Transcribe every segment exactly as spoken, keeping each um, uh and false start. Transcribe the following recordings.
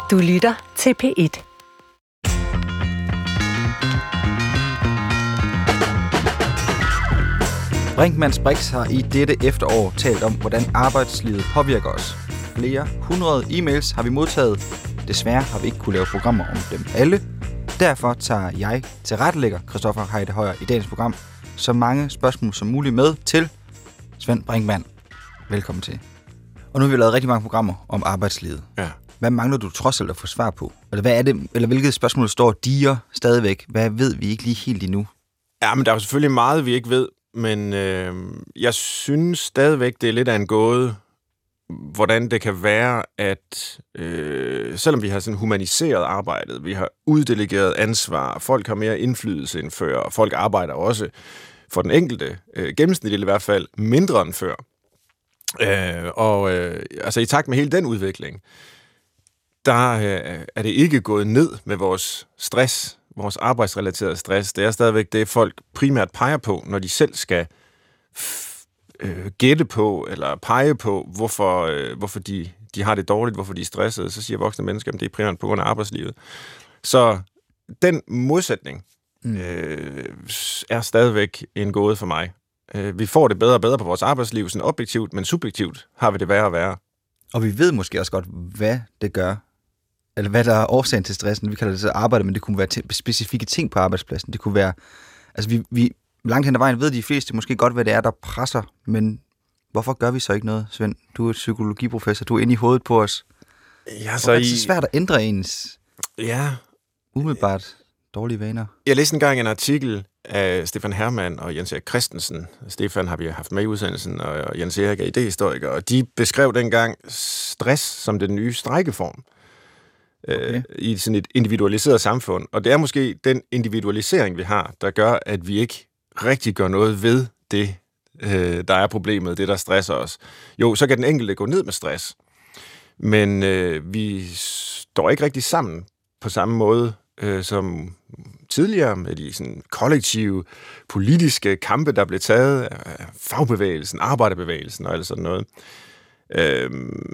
Du lytter til P et. Brinkmanns Brix har i dette efterår talt om, hvordan arbejdslivet påvirker os. Flere hundrede e-mails har vi modtaget. Desværre har vi ikke kunne lave programmer om dem alle. Derfor tager jeg til rettelægger Christoffer Heide Højer i dagens program så mange spørgsmål som muligt med til Svend Brinkmann. Velkommen til. Og nu har vi lavet rigtig mange programmer om arbejdslivet. Ja. Hvad mangler du trods alt at få svar på? Eller hvad er det, eller hvilket spørgsmål står diger stadigvæk? Hvad ved vi ikke lige helt endnu? Ja, men der er jo selvfølgelig meget, vi ikke ved, men øh, jeg synes stadigvæk, det er lidt af en gåde, hvordan det kan være, at øh, selvom vi har sådan humaniseret arbejdet, vi har uddelegeret ansvar, folk har mere indflydelse end før, og folk arbejder også for den enkelte, øh, gennemsnitligt i hvert fald, mindre end før. Øh, og øh, altså i takt med hele den udvikling, der øh, er det ikke gået ned med vores stress, vores arbejdsrelaterede stress. Det er stadigvæk det, folk primært peger på, når de selv skal f- øh, gætte på eller pege på, hvorfor, øh, hvorfor de, de har det dårligt, hvorfor de er stressede. Så siger voksne mennesker, at det er primært på grund af arbejdslivet. Så den modsætning øh, er stadigvæk en gåde for mig. Øh, vi får det bedre og bedre på vores arbejdsliv, sådan objektivt, men subjektivt har vi det værre og værre. Og vi ved måske også godt, hvad det gør, eller hvad der er årsagen til stressen. Vi kalder det så arbejde, men det kunne være t- specifikke ting på arbejdspladsen. Det kunne være, altså vi, vi langt hen ad vejen ved de fleste måske godt, hvad det er, der presser, men hvorfor gør vi så ikke noget, Svend? Du er psykologiprofessor, du er inde i hovedet på os. Ja, så så er det i... så svært at ændre ens ja. umiddelbart dårlige vaner. Jeg læste engang en artikel af Stefan Hermann og Jens Erik Christensen. Stefan har vi haft med i udsendelsen, og Jens Erik er idéhistoriker, og de beskrev dengang stress som den nye strejkeform. Okay. I sådan et individualiseret samfund. Og det er måske den individualisering, vi har, der gør, at vi ikke rigtig gør noget ved det, øh, der er problemet, det, der stresser os. Jo, så kan den enkelte gå ned med stress, men øh, vi står ikke rigtig sammen på samme måde øh, som tidligere med de sådan, kollektive politiske kampe, der blev taget af fagbevægelsen, arbejderbevægelsen og alt sådan noget. Øh,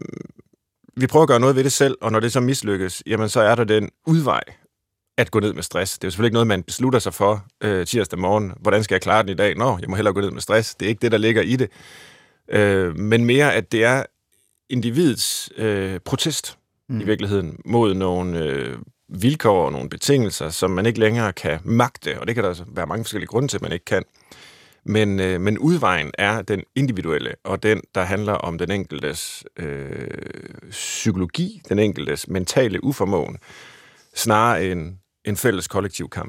Vi prøver at gøre noget ved det selv, og når det så mislykkes, jamen så er der den udvej at gå ned med stress. Det er jo selvfølgelig ikke noget, man beslutter sig for øh, tirsdag morgen. Hvordan skal jeg klare den i dag? Nå, jeg må hellere gå ned med stress. Det er ikke det, der ligger i det. Øh, men mere, at det er individets øh, protest mm. i virkeligheden mod nogle øh, vilkår og nogle betingelser, som man ikke længere kan magte. Og det kan der altså være mange forskellige grunde til, at man ikke kan. Men, øh, men udvejen er den individuelle, og den, der handler om den enkeltes øh, psykologi, den enkeltes mentale uformåen, snarere end en fælles kollektiv kamp.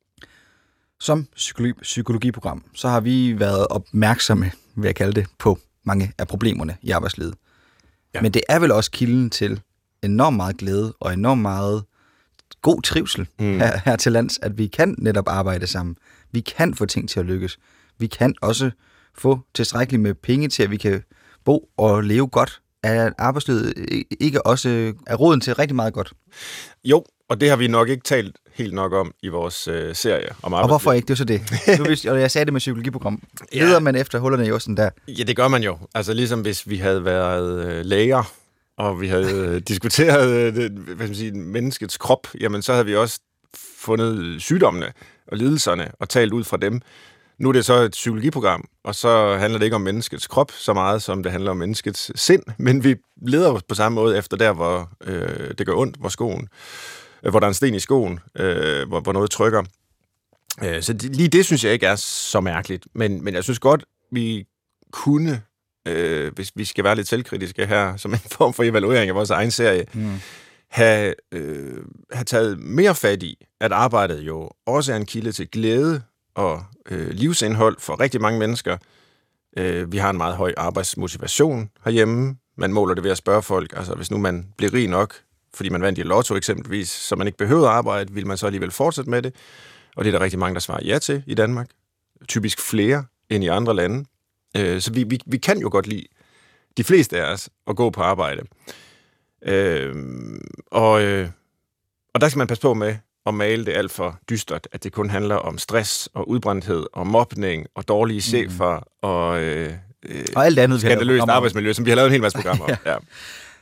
Som psykologi- psykologiprogram, så har vi været opmærksomme, vil jeg kalde det, på mange af problemerne i arbejdslivet. Ja. Men det er vel også kilden til enormt meget glæde og enormt meget god trivsel mm. her, her til lands, at vi kan netop arbejde sammen. Vi kan få ting til at lykkes. Vi kan også få tilstrækkeligt med penge til, at vi kan bo og leve godt. Er arbejdslivet ikke også er roden til rigtig meget godt? Jo, og det har vi nok ikke talt helt nok om i vores øh, serie om arbejdslivet. Og hvorfor ikke? Det er så det. Nu, hvis, og jeg sagde det med psykologiprogram. Leder ja. man efter hullerne i osten der? Ja, det gør man jo. Altså ligesom hvis vi havde været øh, læger, og vi havde diskuteret øh, hvad skal man sige, menneskets krop, jamen så havde vi også fundet sygdommene og lidelserne og talt ud fra dem. Nu er det så et psykologiprogram, og så handler det ikke om menneskets krop så meget, som det handler om menneskets sind, men vi leder på samme måde efter der, hvor øh, det gør ondt, hvor skoen, øh, hvor der er en sten i skoen, øh, hvor, hvor noget trykker. Øh, så det, lige det synes jeg ikke er så mærkeligt, men, men jeg synes godt, vi kunne, øh, hvis vi skal være lidt selvkritiske her, som en form for evaluering af vores egen serie, mm. have, øh, have taget mere fat i, at arbejdet jo også er en kilde til glæde og øh, livsindhold for rigtig mange mennesker. Øh, vi har en meget høj arbejdsmotivation herhjemme. Man måler det ved at spørge folk, altså hvis nu man bliver rig nok, fordi man vandt i lotto eksempelvis, så man ikke behøver at arbejde, vil man så alligevel fortsætte med det? Og det er der rigtig mange, der svarer ja til i Danmark. Typisk flere end i andre lande. Øh, så vi, vi, vi kan jo godt lide, de fleste af os, at gå på arbejde. Øh, og, øh, og der skal man passe på med at male det alt for dystert, at det kun handler om stress og udbrændthed og mobning og dårlige chefer mm. og, øh, og alt andet, skandaløst arbejdsmiljø, som vi har lavet en hel masse programmer om. ja. Ja.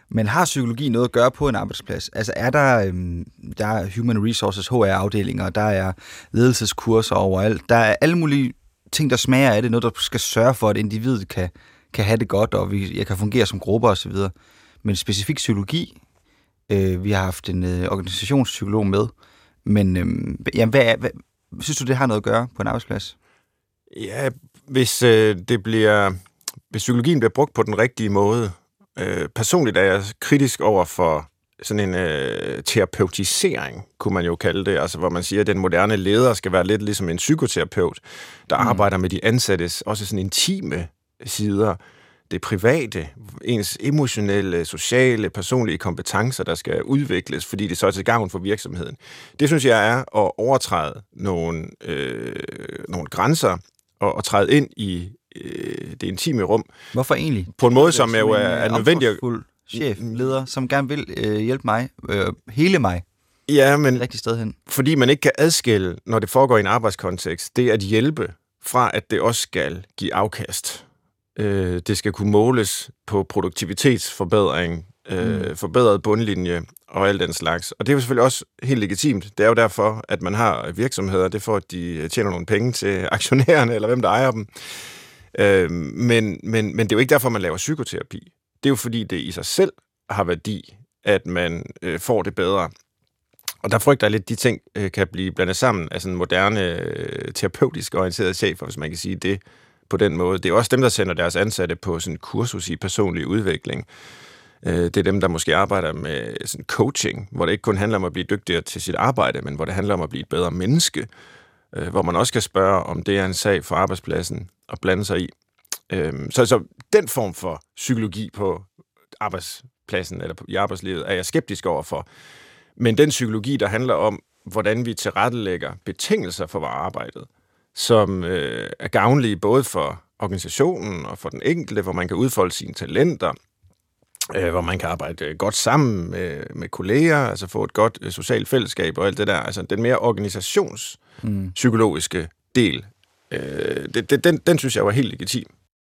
Men har psykologi noget at gøre på en arbejdsplads? Altså er der, øhm, der er Human Resources, H R-afdelinger, der er ledelseskurser overalt, der er alle mulige ting, der smager af det, noget, der skal sørge for, at individet kan, kan have det godt, og vi jeg kan fungere som grupper osv. Men specifik psykologi, øh, vi har haft en øh, organisationspsykolog med, men øh, jamen, hvad, hvad, synes du, det har noget at gøre på en arbejdsplads? Ja, hvis øh, det bliver, hvis psykologien bliver brugt på den rigtige måde. Øh, personligt er jeg kritisk over for sådan en øh, terapeutisering, kunne man jo kalde det, altså hvor man siger, at den moderne leder skal være lidt ligesom en psykoterapeut, der mm. arbejder med de ansattes også sådan intime sider, det private, ens emotionelle, sociale, personlige kompetencer, der skal udvikles, fordi det så er til gavn for virksomheden. Det synes jeg er at overtræde nogle, øh, nogle grænser og, og træde ind i øh, det intime rum. Hvorfor egentlig? På en måde, som jo er, er nødvendig. Chef, leder, som gerne vil øh, hjælpe mig, øh, hele mig, ja, men rigtigt sted hen. Fordi man ikke kan adskille, når det foregår i en arbejdskontekst, det at hjælpe fra, at det også skal give afkast. Øh, det skal kunne måles på produktivitetsforbedring, øh, mm. forbedret bundlinje og alt den slags. Og det er jo selvfølgelig også helt legitimt. Det er jo derfor, at man har virksomheder, det er for, at de tjener nogle penge til aktionærerne, eller hvem der ejer dem. Øh, men, men, men det er jo ikke derfor, man laver psykoterapi. Det er jo fordi, det i sig selv har værdi, at man øh, får det bedre. Og der frygter jeg lidt, at de ting øh, kan blive blandet sammen af sådan moderne, øh, terapeutisk orienterede chefer, hvis man kan sige det på den måde. Det er også dem, der sender deres ansatte på sådan kursus i personlig udvikling. Øh, det er dem, der måske arbejder med sådan coaching, hvor det ikke kun handler om at blive dygtigere til sit arbejde, men hvor det handler om at blive et bedre menneske, øh, hvor man også kan spørge, om det er en sag for arbejdspladsen at blande sig i. Så, så den form for psykologi på arbejdspladsen eller i arbejdslivet er jeg skeptisk overfor. Men den psykologi, der handler om, hvordan vi tilrettelægger betingelser for arbejdet, som øh, er gavnlige både for organisationen og for den enkelte, hvor man kan udfolde sine talenter, øh, hvor man kan arbejde godt sammen med, med kolleger, altså få et godt øh, socialt fællesskab og alt det der. Altså den mere organisationspsykologiske del, øh, det, det, den, den synes jeg var helt legitim.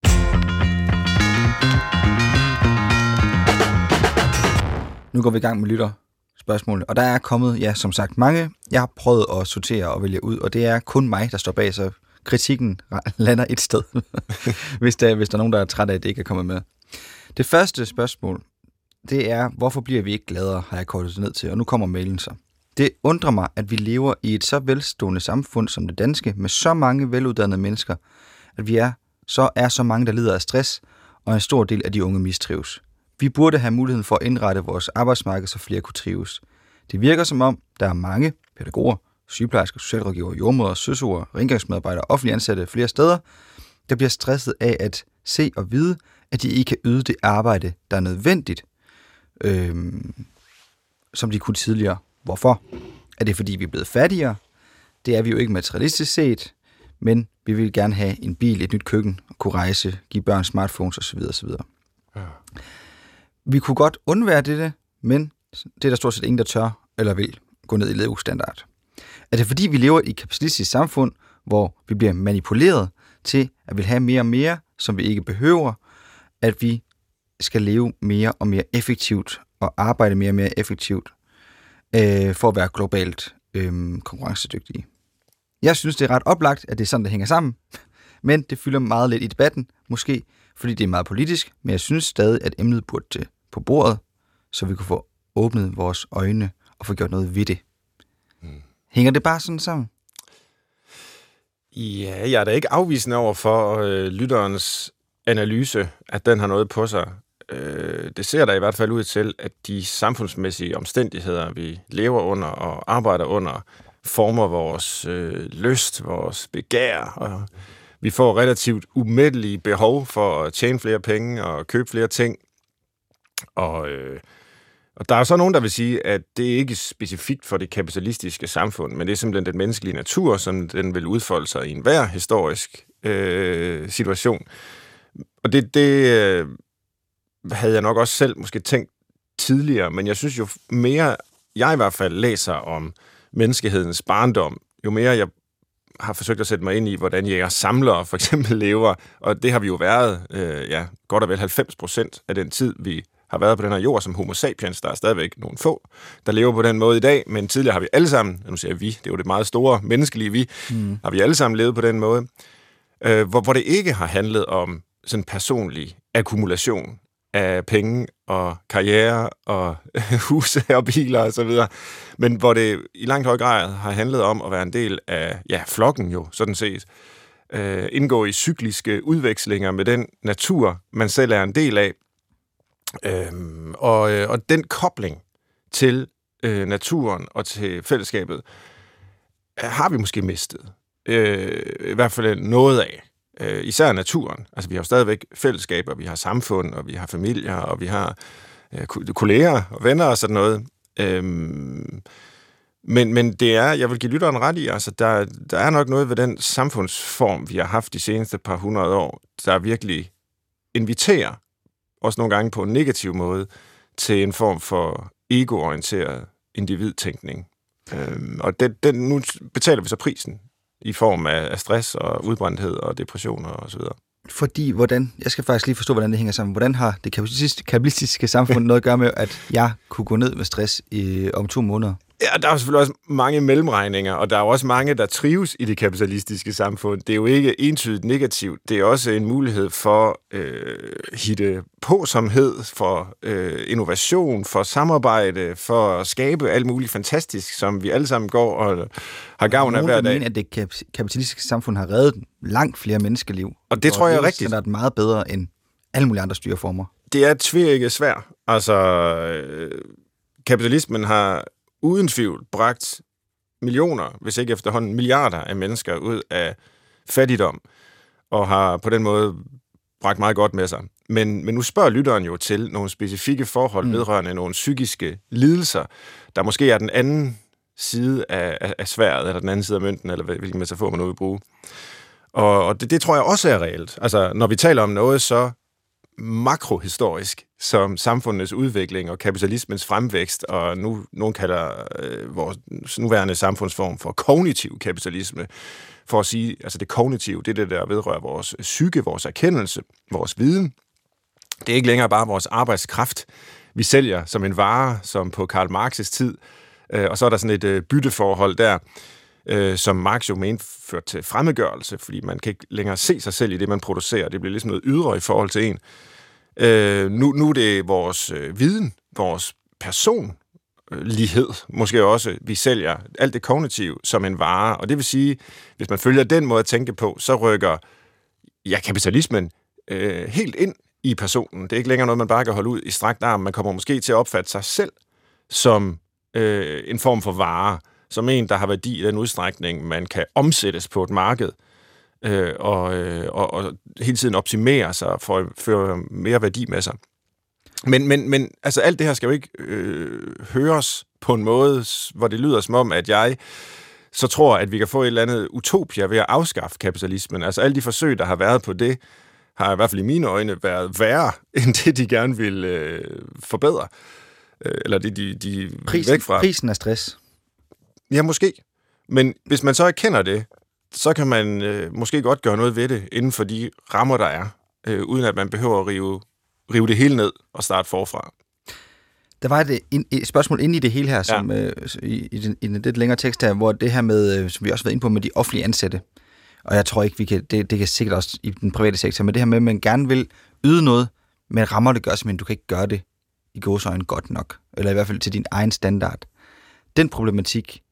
Nu går vi i gang med lytterspørgsmålene, og der er kommet, ja, som sagt, mange. Jeg har prøvet at sortere og vælge ud, og det er kun mig, der står bag, så kritikken lander et sted, hvis, der, hvis der er nogen, der er træt af, at det ikke er kommet med. Det første spørgsmål, det er, hvorfor bliver vi ikke gladere, har jeg kortet ned til, og nu kommer mailen så. Det undrer mig, at vi lever i et så velstående samfund som det danske, med så mange veluddannede mennesker, at vi er så, er så mange, der lider af stress, og en stor del af de unge mistrives. Vi burde have muligheden for at indrette vores arbejdsmarked, så flere kunne trives. Det virker som om, der er mange pædagoger, sygeplejersker, socialrådgivere, jordemødre, søsure, rengøringsmedarbejdere, offentlige ansatte flere steder, der bliver stresset af at se og vide, at de ikke kan yde det arbejde, der er nødvendigt, øh, som de kunne tidligere. Hvorfor? Er det fordi, vi er blevet fattigere? Det er vi jo ikke materialistisk set, men vi vil gerne have en bil, et nyt køkken, kunne rejse, give børn smartphones osv. osv. Ja. Vi kunne godt undvære det, men det er der stort set ingen, der tør eller vil gå ned i L E U-standard. Er det fordi, vi lever i et kapitalistisk samfund, hvor vi bliver manipuleret til at vil have mere og mere, som vi ikke behøver, at vi skal leve mere og mere effektivt og arbejde mere og mere effektivt øh, for at være globalt øh, konkurrencedygtige. Jeg synes, det er ret oplagt, at det er sådan, det hænger sammen, men det fylder meget lidt i debatten, måske fordi det er meget politisk, men jeg synes stadig, at emnet burde til på bordet, så vi kunne få åbnet vores øjne og få gjort noget ved det. Mm. Hænger det bare sådan sammen? Ja, jeg er da ikke afvisende over for øh, lytterens analyse, at den har noget på sig. Øh, det ser der i hvert fald ud til, at de samfundsmæssige omstændigheder, vi lever under og arbejder under, former vores øh, lyst, vores begær, og vi får relativt umættelige behov for at tjene flere penge og købe flere ting. Og, øh, og der er så nogen, der vil sige, at det ikke er specifikt for det kapitalistiske samfund, men det er simpelthen den menneskelige natur, som den vil udfolde sig i enhver historisk øh, situation. Og det, det øh, havde jeg nok også selv måske tænkt tidligere, men jeg synes jo mere, jeg i hvert fald læser om menneskehedens barndom, jo mere jeg har forsøgt at sætte mig ind i, hvordan jæger samlere for eksempel lever, og det har vi jo været, øh, ja, godt og vel halvfems procent af den tid, vi har været på den her jord som homo sapiens. Der er stadigvæk nogle få, der lever på den måde i dag, men tidligere har vi alle sammen, nu siger jeg vi, det er jo det meget store menneskelige vi, mm. har vi alle sammen levet på den måde, øh, hvor, hvor det ikke har handlet om sådan personlig akkumulation af penge og karriere og huse og biler og så videre, men hvor det i langt høj grad har handlet om at være en del af, ja, flokken jo, sådan set. Uh, indgå i cykliske udvekslinger med den natur, man selv er en del af. Uh, og, og den kobling til uh, naturen og til fællesskabet uh, har vi måske mistet. Uh, I hvert fald noget af. Uh, især naturen. Altså, vi har jo stadigvæk fællesskaber, vi har samfund, og vi har familier, og vi har uh, kolleger og venner og sådan noget. Uh, Men, men det er, jeg vil give lytteren ret i, altså der, der er nok noget ved den samfundsform, vi har haft de seneste par hundrede år, der virkelig inviterer, også nogle gange på en negativ måde, til en form for egoorienteret individtænkning. Øhm, og den, den, nu betaler vi så prisen i form af, af stress og udbrændthed og depressioner og så videre. Fordi, hvordan, jeg skal faktisk lige forstå, hvordan det hænger sammen. Hvordan har det kapitalistiske, kapitalistiske samfund noget at gøre med, at jeg kunne gå ned med stress i, om to måneder? Ja, der er selvfølgelig også mange mellemregninger, og der er også mange, der trives i det kapitalistiske samfund. Det er jo ikke entydigt negativt. Det er også en mulighed for øh, hitte påsomhed, for øh, innovation, for samarbejde, for at skabe alt muligt fantastisk, som vi alle sammen går og har gavn af hver dag. Nogen, at det kapitalistiske samfund har reddet langt flere menneskeliv. Og det tror jeg er rigtigt. Det er meget bedre end alle mulige andre styreformer. Det er tvækket svært. Altså, øh, kapitalismen har uden tvivl bragt millioner, hvis ikke efterhånden milliarder af mennesker ud af fattigdom, og har på den måde bragt meget godt med sig. Men, men nu spørger lytteren jo til nogle specifikke forhold mm. vedrørende nogle psykiske lidelser, der måske er den anden side af, af, af sværdet, eller den anden side af mønten, eller hvilken metafor man nu vil bruge. Og, og det, det tror jeg også er reelt. Altså, når vi taler om noget så makrohistorisk, som samfundets udvikling og kapitalismens fremvækst, og nu nogen kalder øh, vores nuværende samfundsform for kognitiv kapitalisme, for at sige, altså det kognitive, det er det, der vedrører vores psyke, vores erkendelse, vores viden. Det er ikke længere bare vores arbejdskraft, vi sælger som en vare, som på Karl Marx' tid, øh, og så er der sådan et øh, bytteforhold der, øh, som Marx jo mente førte til fremmedgørelse, fordi man kan ikke længere se sig selv i det, man producerer. Det bliver ligesom noget ydre i forhold til en. Øh, nu, nu er det vores øh, viden, vores personlighed, måske også, vi sælger alt det kognitive som en vare. Og det vil sige, hvis man følger den måde at tænke på, så rykker ja, kapitalismen øh, helt ind i personen. Det er ikke længere noget, man bare kan holde ud i strakt arm. Man kommer måske til at opfatte sig selv som øh, en form for vare, som en, der har værdi i den udstrækning, man kan omsættes på et marked, øh, og, øh, og, og hele tiden optimere sig for at føre mere værdi med sig. Men, men, men altså, alt det her skal jo ikke øh, høres på en måde, hvor det lyder som om, at jeg så tror, at vi kan få et eller andet utopia ved at afskaffe kapitalismen. Altså alle de forsøg, der har været på det, har i hvert fald i mine øjne været værre, end det, de gerne vil øh, forbedre. Øh, eller det, de, de prisen, væk fra. Prisen er stress. Ja, måske. Men hvis man så erkender det, så kan man øh, måske godt gøre noget ved det, inden for de rammer, der er, øh, uden at man behøver at rive, rive det hele ned og starte forfra. Der var et, et spørgsmål inde i det hele her, som, ja. øh, i, i, den, i den lidt længere tekst her, hvor det her med, som vi også har været inde på, med de offentlige ansatte, og jeg tror ikke, vi kan, det, det kan sikkert også i den private sektor, men det her med, at man gerne vil yde noget, men rammer det gør, men du kan ikke gøre det i gåseøjne godt nok, eller i hvert fald til din egen standard. Den problematik,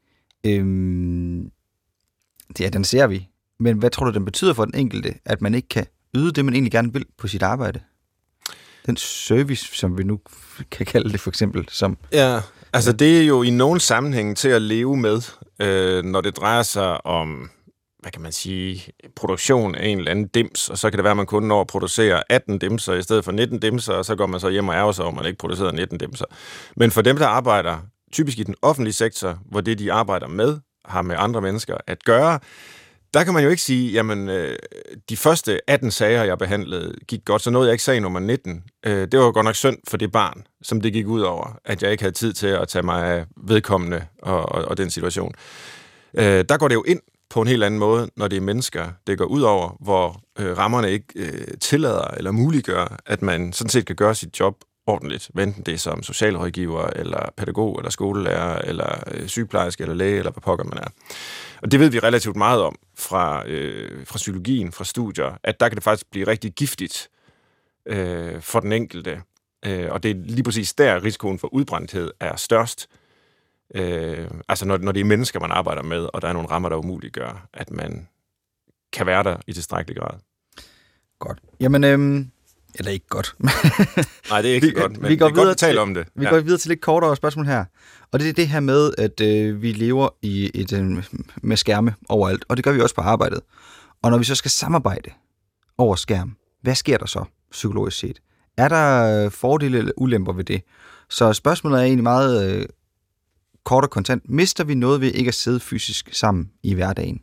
øhm, ja, den ser vi, men hvad tror du, den betyder for den enkelte, at man ikke kan yde det, man egentlig gerne vil på sit arbejde? Den service, som vi nu kan kalde det for eksempel. Som ja, altså det er jo i nogen sammenhæng til at leve med, øh, når det drejer sig om, hvad kan man sige, produktion af en eller anden dims, og så kan det være, at man kun når at producere atten dimser i stedet for nitten dimser, og så går man så hjem og ærger sig om, at man ikke producerer nitten dimser. Men for dem, der arbejder typisk i den offentlige sektor, hvor det, de arbejder med, har med andre mennesker at gøre, der kan man jo ikke sige, jamen, øh, de første atten sager, jeg behandlede, gik godt, så nåede jeg ikke sag nummer nitten. Øh, det var godt nok synd for det barn, som det gik ud over, at jeg ikke havde tid til at tage mig af vedkommende og, og, og den situation. Øh, der går det jo ind på en helt anden måde, når det er mennesker, det går ud over, hvor øh, rammerne ikke øh, tillader eller muliggør, at man sådan set kan gøre sit job ordentligt, enten det er som socialrådgiver, eller pædagog, eller skolelærer, eller øh, sygeplejerske, eller læge, eller hvad pokker man er. Og det ved vi relativt meget om fra, øh, fra psykologien, fra studier, at der kan det faktisk blive rigtig giftigt øh, for den enkelte. Øh, og det er lige præcis der, risikoen for udbrændthed er størst. Øh, altså når, når det er mennesker, man arbejder med, og der er nogle rammer, der umuliggør, at man kan være der i tilstrækkelig grad. Godt. Jamen, øhm, eller ikke godt. Nej, det er ikke vi, så godt, men vi går det er godt at tale til, om det. Vi ja. går videre til lidt kortere spørgsmål her. Og det er det her med, at øh, vi lever i et, øh, med skærme overalt, og det gør vi også på arbejdet. Og når vi så skal samarbejde over skærm, hvad sker der så psykologisk set? Er der fordele eller ulemper ved det? Så spørgsmålet er egentlig meget øh, kort og kontant. Mister vi noget ved ikke at sidde fysisk sammen i hverdagen?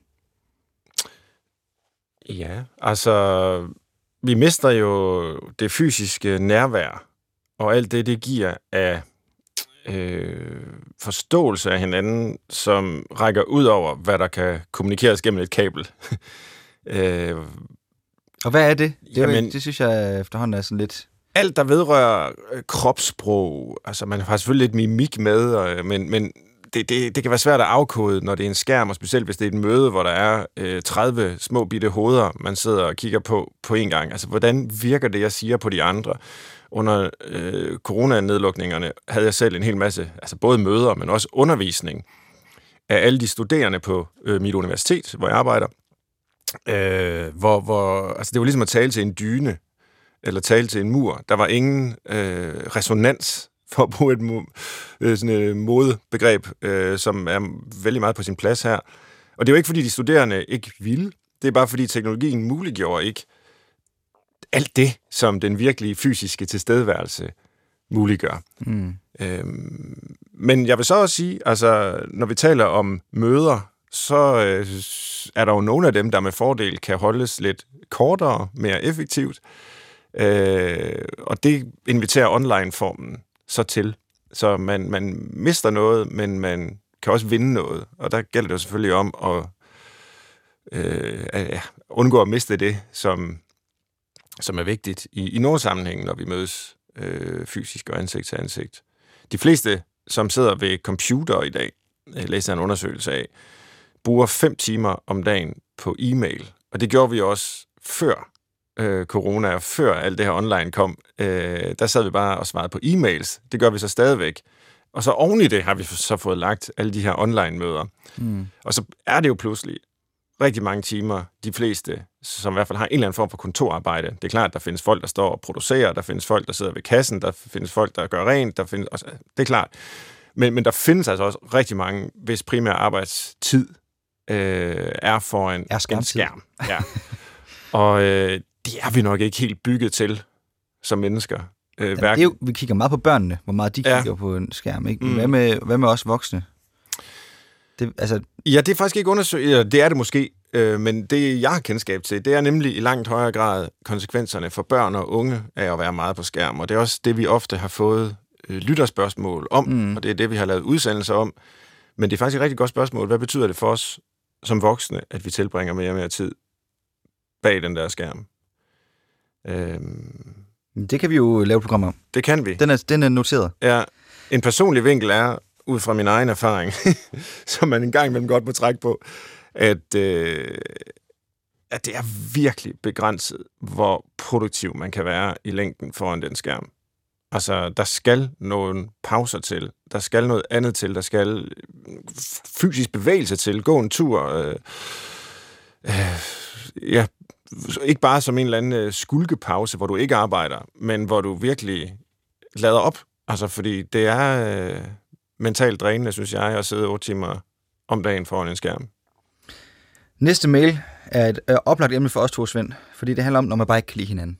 Ja, altså, vi mister jo det fysiske nærvær, og alt det, det giver af øh, forståelse af hinanden, som rækker ud over, hvad der kan kommunikeres gennem et kabel. øh, og hvad er det? Det, jamen, det synes jeg efterhånden er sådan lidt... Alt, der vedrører kropssprog, altså man har selvfølgelig lidt mimik med, og, men, men det, det, det kan være svært at afkode, når det er en skærm, og specielt hvis det er et møde, hvor der er øh, tredive små bitte hoveder, man sidder og kigger på på en gang. Altså, hvordan virker det, jeg siger på de andre? Under øh, coronanedlukningerne havde jeg selv en hel masse, altså både møder, men også undervisning af alle de studerende på øh, mit universitet, hvor jeg arbejder. Øh, hvor, hvor, altså, det var ligesom at tale til en dyne, eller tale til en mur. Der var ingen øh, resonans, for at bruge et mo- sådan et modebegreb, øh, som er vældig meget på sin plads her. Og det er jo ikke, fordi de studerende ikke ville. Det er bare, fordi teknologien muliggjorde ikke alt det, som den virkelige fysiske tilstedeværelse muliggør. Mm. Øhm, men jeg vil så også sige, altså, når vi taler om møder, så øh, er der jo nogle af dem, der med fordel kan holdes lidt kortere, mere effektivt. Øh, og det inviterer online-formen så til. Så man, man mister noget, men man kan også vinde noget. Og der gælder det jo selvfølgelig om at øh, ja, undgå at miste det, som, som er vigtigt i, i nogle sammenhænge, når vi mødes øh, fysisk og ansigt til ansigt. De fleste, som sidder ved computer i dag, jeg læser en undersøgelse af, bruger fem timer om dagen på e-mail. Og det gjorde vi også før øh, corona, og før alt det her online kom. Øh, der sad vi bare og svarede på e-mails. Det gør vi så stadigvæk. Og så oven i det har vi så fået lagt alle de her online-møder. Mm. Og så er det jo pludselig rigtig mange timer, de fleste, som i hvert fald har en eller anden form for kontorarbejde. Det er klart, der findes folk, der står og producerer, der findes folk, der sidder ved kassen, der findes folk, der gør rent, der findes også, det er klart. Men, men der findes altså også rigtig mange, hvis primære arbejdstid øh, er foran er en skærm. Ja. Og øh, det er vi nok ikke helt bygget til som mennesker. Øh, ja, det er jo, vi kigger meget på børnene, hvor meget de kigger ja. på en skærm. Ikke? Mm. Hvad, med, hvad med os voksne? Det, altså... Ja, det er faktisk ikke undersøgt. Ja, det er det måske. Øh, men det, jeg har kendskab til, det er nemlig i langt højere grad konsekvenserne for børn og unge af at være meget på skærm. Og det er også det, vi ofte har fået øh, lytterspørgsmål om, mm. og det er det, vi har lavet udsendelser om. Men det er faktisk et rigtig godt spørgsmål. Hvad betyder det for os som voksne, at vi tilbringer mere og mere tid bag den der skærm? Øhm... Det kan vi jo lave et program om. Det kan vi. Den er, den er noteret. Ja, en personlig vinkel er, ud fra min egen erfaring, som man en gang imellem godt må trække på, at, øh, at det er virkelig begrænset, hvor produktiv man kan være i længden foran den skærm. Altså, der skal nogle pauser til, der skal noget andet til, der skal fysisk bevægelse til, gå en tur, øh, øh, ja, ikke bare som en eller anden skulkepause, hvor du ikke arbejder, men hvor du virkelig lader op. Altså, fordi det er øh, mentalt drænende, synes jeg, at sidde otte timer om dagen foran en skærm. Næste mail er et øh, oplagt emne for os to, Svend, fordi det handler om, når man bare ikke kan lide hinanden.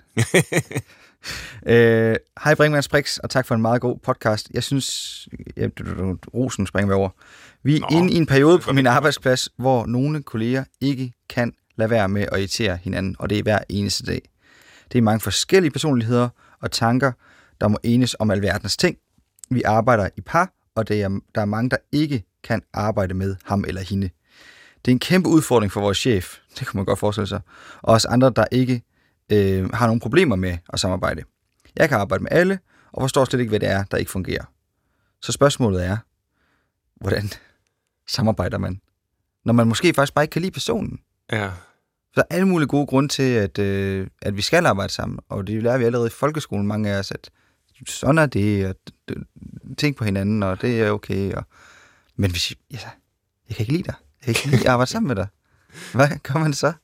øh, hej Brinkmanns Brix, og tak for en meget god podcast. Jeg synes, ja, rosen springer vi over. Vi er Nå, inde i en periode på min arbejdsplads, hvor nogle kolleger ikke kan lade være med at irritere hinanden, og det er hver eneste dag. Det er mange forskellige personligheder og tanker, der må enes om alverdens ting. Vi arbejder i par, og det er, der er mange, der ikke kan arbejde med ham eller hende. Det er en kæmpe udfordring for vores chef, det kan man godt forestille sig, og os andre, der ikke øh, har nogen problemer med at samarbejde. Jeg kan arbejde med alle, og forstår slet ikke, hvad det er, der ikke fungerer. Så spørgsmålet er, hvordan samarbejder man, når man måske faktisk bare ikke kan lide personen? Ja. Så er alle mulige gode grunde til, at, øh, at vi skal arbejde sammen, og det lærer vi allerede i folkeskolen, mange af os, at sådan er det, og tænk på hinanden, og det er okay. Og... Men hvis jeg, ja, jeg kan ikke lide dig, jeg kan ikke lide at arbejde sammen med dig, hvad gør man så?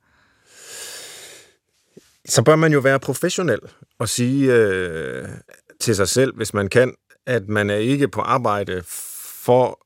Så bør man jo være professionel og sige øh, til sig selv, hvis man kan, at man er ikke på arbejde for,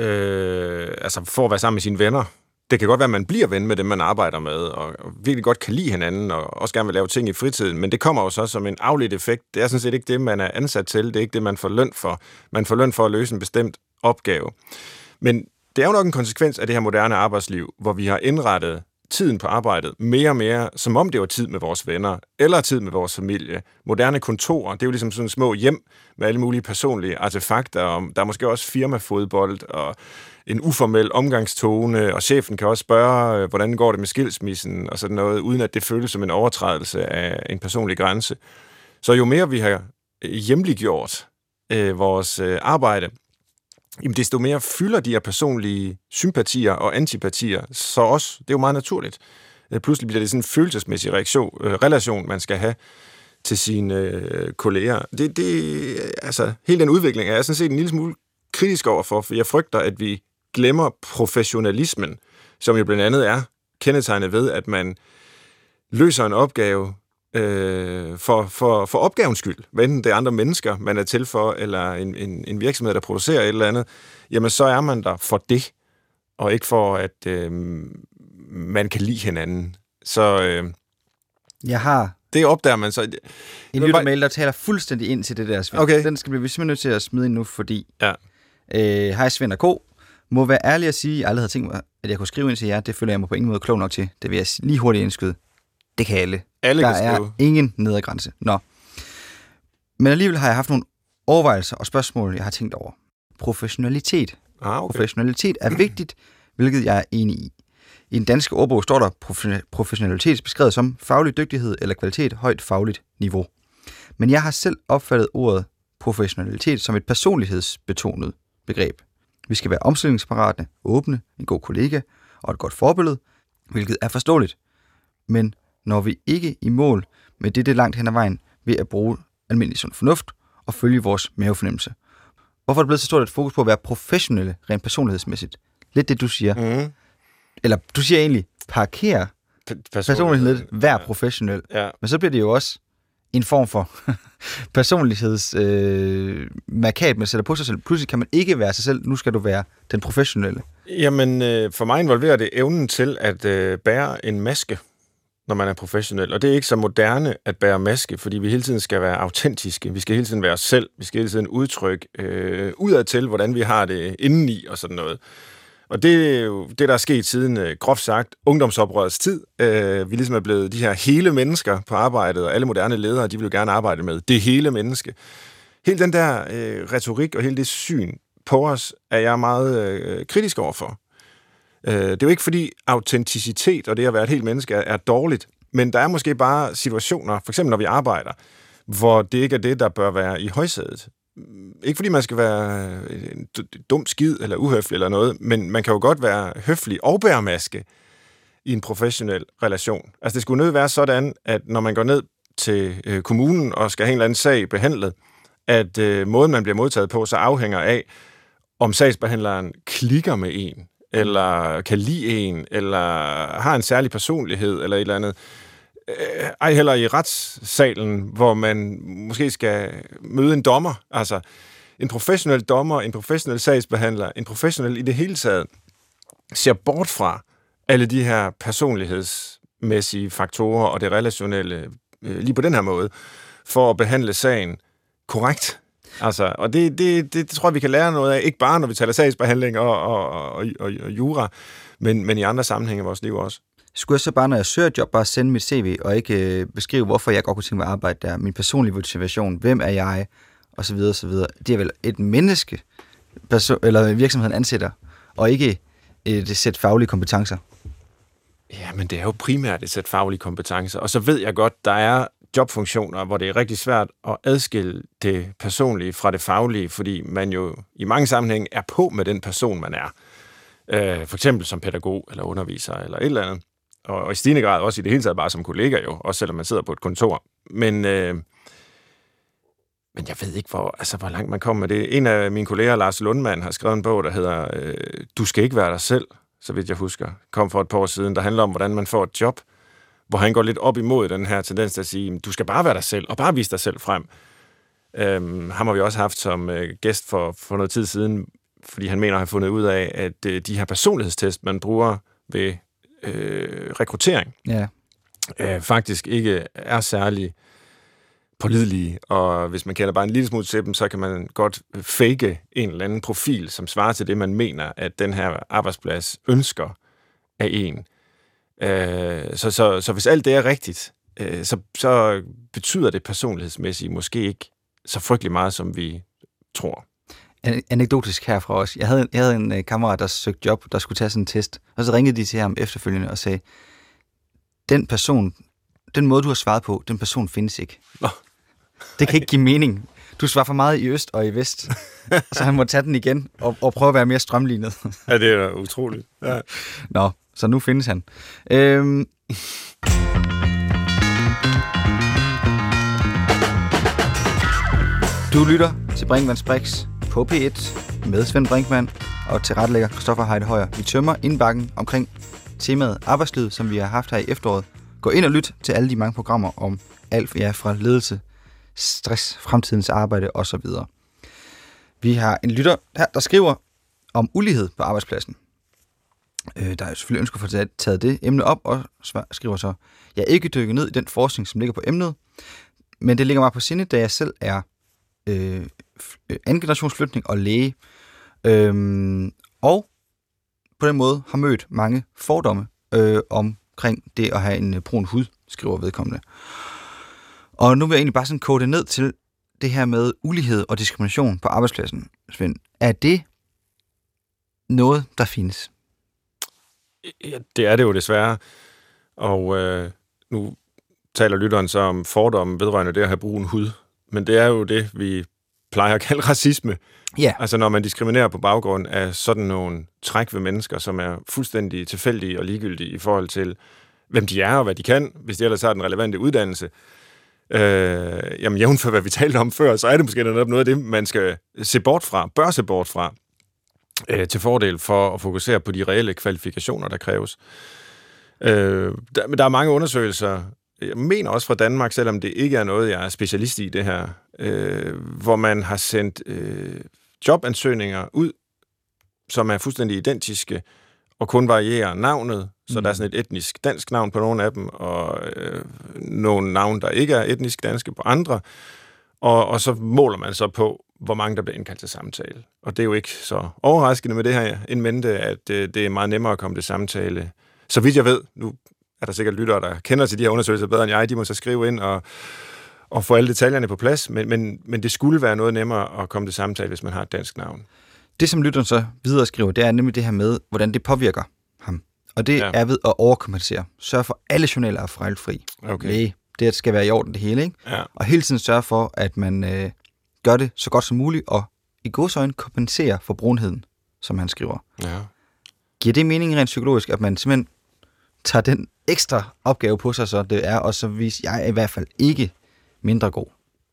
øh, altså for at være sammen med sine venner. Det kan godt være, at man bliver ven med dem, man arbejder med, og virkelig godt kan lide hinanden, og også gerne vil lave ting i fritiden, men det kommer jo så som en afledt effekt. Det er sådan set ikke det, man er ansat til, det er ikke det, man får løn for. Man får løn for at løse en bestemt opgave. Men det er jo nok en konsekvens af det her moderne arbejdsliv, hvor vi har indrettet tiden på arbejdet mere og mere, som om det var tid med vores venner, eller tid med vores familie. Moderne kontorer, det er jo ligesom sådan små hjem med alle mulige personlige artefakter, og der er måske også firmafodbold, og en uformel omgangstone, og chefen kan også spørge, hvordan går det med skilsmissen, og sådan noget, uden at det føles som en overtrædelse af en personlig grænse. Så jo mere vi har hjemliggjort øh, vores øh, arbejde, jamen desto mere fylder de her personlige sympatier og antipatier, så også, det er jo meget naturligt. Pludselig bliver det sådan en følelsesmæssig reaktion, øh, relation, man skal have til sine øh, kolleger. Det, det, altså, hele den udvikling er jeg sådan set en lille smule kritisk overfor, for jeg frygter, at vi glemmer professionalismen, som jo blandt andet er kendetegnet ved, at man løser en opgave øh, for, for, for opgavens skyld. Hvad enten det er andre mennesker, man er til for, eller en, en, en virksomhed, der producerer et eller andet, jamen så er man der for det, og ikke for, at øh, man kan lide hinanden. Så øh, jeg har det opdager man så. En lyttermail, der taler fuldstændig ind til det der, Svend. Okay. Den skal vi simpelthen nødt til at smide ind nu, fordi... Ja. Øh, hej Svend og K. Må være ærlig at sige, at jeg aldrig havde tænkt mig, at jeg kunne skrive ind til jer. Det føler jeg mig på ingen måde klog nok til. Det vil jeg lige hurtigt indskyde. Det kan alle. Alle der kan er skrive. Ingen nedergrænse. Nå. Men alligevel har jeg haft nogle overvejelser og spørgsmål, jeg har tænkt over. Professionalitet. Ah, okay. Professionalitet er vigtigt, hvilket jeg er enig i. I den danske ordbog står der professionalitet beskrevet som faglig dygtighed eller kvalitet, højt fagligt niveau. Men jeg har selv opfattet ordet professionalitet som et personlighedsbetonet begreb. Vi skal være omstillingsparate, åbne, en god kollega og et godt forbillede, hvilket er forståeligt. Men når vi ikke i mål med det, det er langt hen ad vejen ved at bruge almindelig sund fornuft og følge vores mavefornemmelse. Hvorfor er det blevet så stort et fokus på at være professionelle, rent personlighedsmæssigt? Lidt det, du siger. Mm. Eller du siger egentlig, parker personlighed lidt, vær ja. professionel. Ja. Men så bliver det jo også en form for personligheds øh, markat, man sætter på sig selv. Pludselig kan man ikke være sig selv, nu skal du være den professionelle. Jamen, øh, for mig involverer det evnen til at øh, bære en maske, når man er professionel. Og det er ikke så moderne at bære maske, fordi vi hele tiden skal være autentiske. Vi skal hele tiden være os selv. Vi skal hele tiden udtrykke øh, udadtil, hvordan vi har det indeni og sådan noget. Og det er jo det, der er sket siden, øh, groft sagt, ungdomsoprørets tid. Øh, vi ligesom er blevet de her hele mennesker på arbejdet, og alle moderne ledere, de vil jo gerne arbejde med det hele menneske. Hele den der øh, retorik og hele det syn på os, er jeg meget øh, kritisk overfor. Øh, det er jo ikke fordi autenticitet og det at være et helt menneske er, er dårligt, men der er måske bare situationer, for eksempel når vi arbejder, hvor det ikke er det, der bør være i højsædet. Ikke fordi man skal være en dum skid eller uhøflig eller noget, men man kan jo godt være høflig og bære maske i en professionel relation. Altså det skulle nødt være sådan, at når man går ned til øh, kommunen og skal have en eller anden sag behandlet, at øh, måden man bliver modtaget på, så afhænger af, om sagsbehandleren klikker med en, eller kan lide en, eller har en særlig personlighed, eller et eller andet. Ej heller i retssalen, hvor man måske skal møde en dommer, altså en professionel dommer, en professionel sagsbehandler, en professionel i det hele taget, ser bort fra alle de her personlighedsmæssige faktorer og det relationelle øh, lige på den her måde, for at behandle sagen korrekt. Altså, og det, det, det, det tror jeg, vi kan lære noget af, ikke bare når vi taler sagsbehandling og, og, og, og, og jura, men, men i andre sammenhænge i vores liv også. Skulle jeg så bare, når jeg søger et job, bare sende mit C V, og ikke øh, beskrive, hvorfor jeg godt kunne tænke mig at arbejde der, min personlige motivation, hvem er jeg, og så videre, og så videre. Det er vel et menneske, perso- eller virksomheden ansætter, og ikke et sæt faglige kompetencer. Ja, men det er jo primært et sæt faglige kompetencer, og så ved jeg godt, der er jobfunktioner, hvor det er rigtig svært at adskille det personlige fra det faglige, fordi man jo i mange sammenhænge er på med den person, man er. Øh, for eksempel som pædagog eller underviser eller et eller andet. Og, og i stigende grad også i det hele taget bare som kollega jo, også selvom man sidder på et kontor. Men, øh, men jeg ved ikke, hvor, altså, hvor langt man kommer med det. En af mine kolleger, Lars Lundmann, har skrevet en bog, der hedder øh, Du skal ikke være dig selv, så vidt jeg husker. Kom for et par år siden, der handler om, hvordan man får et job, hvor han går lidt op imod den her tendens til at sige, du skal bare være dig selv, og bare vise dig selv frem. Øhm, ham har vi også haft som øh, gæst for, for noget tid siden, fordi han mener at have fundet ud af, at øh, de her personlighedstest, man bruger ved øh, rekruttering, ja. øh, faktisk ikke er særlig pålidelige, og hvis man kender bare en lille smule til dem, så kan man godt fake en eller anden profil, som svarer til det, man mener, at den her arbejdsplads ønsker af en. Øh, så, så, så hvis alt det er rigtigt, øh, så, så betyder det personlighedsmæssigt måske ikke så frygtelig meget, som vi tror. Anekdotisk herfra også. Jeg havde, jeg havde en uh, kammerat, der søgte job, der skulle tage sådan en test, og så ringede de til ham efterfølgende og sagde, den person, den måde, du har svaret på, den person findes ikke. Oh. Det kan ikke give mening. Du svarer for meget i øst og i vest, så han må tage den igen og, og prøve at være mere strømlignet. Ja, det er utroligt. Ja. Nå, så nu findes han. Øhm. Du lytter til Brinkmanns Brix på P et med Svend Brinkmann og tilrettelægger Christoffer Heide Højer. Vi tømmer indbakken omkring temaet arbejdslivet, som vi har haft her i efteråret. Gå ind og lyt til alle de mange programmer om alt ja, fra ledelse, stress, fremtidens arbejde osv. Vi har en lytter her, der skriver om ulighed på arbejdspladsen. Øh, der er jo selvfølgelig ønsker for at tage det emne op, og skriver så, jeg er ikke dykket ned i den forskning, som ligger på emnet, men det ligger mig på sinde, da jeg selv er øh, anden generationsflytning og læge, øh, og på den måde har mødt mange fordomme øh, omkring det at have en brun hud, skriver vedkommende. Og nu vil jeg egentlig bare sådan kode det ned til det her med ulighed og diskrimination på arbejdspladsen. Svend, er det noget, der findes? Ja, det er det jo desværre. Og øh, nu taler lytteren så om fordomme vedrørende det at have brun hud. Men det er jo det, vi plejer at kalde racisme. Ja. Altså når man diskriminerer på baggrund af sådan nogle træk ved mennesker, som er fuldstændig tilfældige og ligegyldige i forhold til, hvem de er og hvad de kan, hvis de ellers har den relevante uddannelse. Øh, jamen jævnfør hvad vi talte om før, så er det måske noget af det, man skal se bort fra, bør se bort fra, øh, til fordel for at fokusere på de reelle kvalifikationer, der kræves. Øh, der, men der er mange undersøgelser, jeg mener også fra Danmark, selvom det ikke er noget, jeg er specialist i det her, øh, hvor man har sendt øh, jobansøgninger ud, som er fuldstændig identiske, og kun varierer navnet, så mm. der er sådan et etnisk dansk navn på nogle af dem, og øh, nogle navn, der ikke er etnisk danske på andre, og, og så måler man så på, hvor mange der bliver indkaldt til samtale. Og det er jo ikke så overraskende med det her en mente, at øh, det er meget nemmere at komme til samtale. Så vidt jeg ved, nu er der sikkert lyttere, der kender til de her undersøgelser bedre end jeg, de må så skrive ind og, og få alle detaljerne på plads, men, men, men det skulle være noget nemmere at komme til samtale, hvis man har et dansk navn. Det, som lytteren så videre skriver, det er nemlig det her med, hvordan det påvirker ham. Og det ja. er ved at overkompensere. Sørge for, at alle journaler er fejlfri. Okay. Læge, det skal være i orden det hele, ikke? Ja. Og hele tiden sørge for, at man øh, gør det så godt som muligt, og i godsøjne kompensere for brunheden, som han skriver. Ja. Giver det mening rent psykologisk, at man simpelthen tager den ekstra opgave på sig, så det er, og så viser jeg i hvert fald ikke mindre god?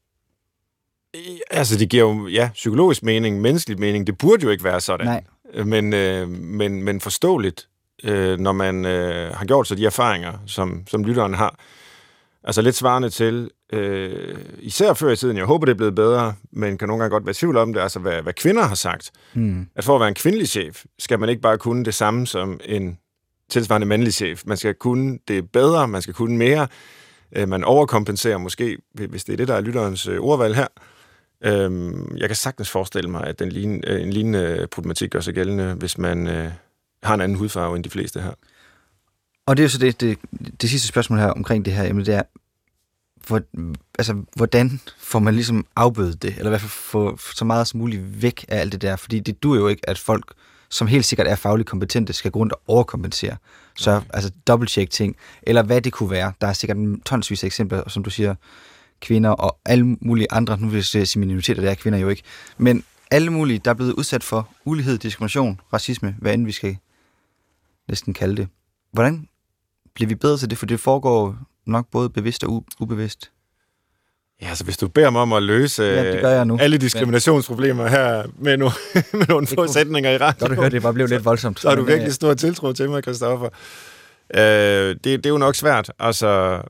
Altså, det giver jo, ja, psykologisk mening, menneskelig mening. Det burde jo ikke være sådan. Nej. Men, øh, men, men forståeligt, øh, når man øh, har gjort sig de erfaringer, som, som lytteren har. Altså lidt svarende til, øh, især før i tiden, jeg håber, det er blevet bedre, men kan nogle gange godt være tvivl om det, altså hvad, hvad kvinder har sagt. Hmm. At for at være en kvindelig chef, skal man ikke bare kunne det samme som en tilsvarende mandlig chef. Man skal kunne det bedre, man skal kunne mere. Øh, man overkompenserer måske, hvis det er det, der er lytterens øh, ordvalg her. Øhm, jeg kan sagtens forestille mig, at den lignende, øh, en lignende problematik gør sig gældende, hvis man øh, har en anden hudfarve end de fleste her. Og det er jo så det, det, det sidste spørgsmål her omkring det her emne, det er, hvor, altså, hvordan får man ligesom afbødet det, eller i hvert fald få så meget som muligt væk af alt det der, fordi det duer jo ikke, at folk som helt sikkert er fagligt kompetente, skal gå rundt og overkompensere. Så okay. altså dobbelttjek ting, eller hvad det kunne være. Der er sikkert tonsvis af eksempler, som du siger, kvinder og alle mulige andre, nu vil jeg sige minoriteter, det er kvinder jo ikke, men alle mulige, der er blevet udsat for ulighed, diskrimination, racisme, hvad end vi skal næsten kalde det. Hvordan bliver vi bedre til det? For det foregår nok både bevidst og ubevidst. Ja, altså hvis du beder mig om at løse ja, alle diskriminationsproblemer her med, no, med nogle få sætninger i radioen. Godt, du hørte, det bare blev lidt voldsomt. Så har du virkelig stor tiltro til mig, Christoffer. Øh, det, det er jo nok svært. Altså,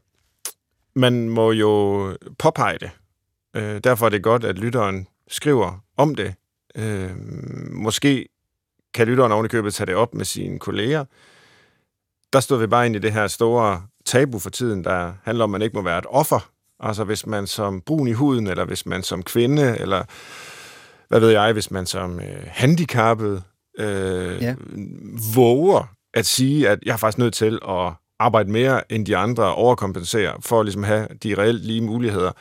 man må jo påpege det. Øh, derfor er det godt, at lytteren skriver om det. Øh, måske kan lytteren ovenikøbet tage det op med sine kolleger. Der stod vi bare ind i det her store tabu for tiden, der handler om, at man ikke må være et offer. Altså hvis man som brun i huden, eller hvis man som kvinde, eller hvad ved jeg, hvis man som øh, handicappet øh, ja. våger at sige, at jeg er faktisk nødt til at arbejde mere end de andre, overkompensere, for at ligesom have de reelt lige muligheder,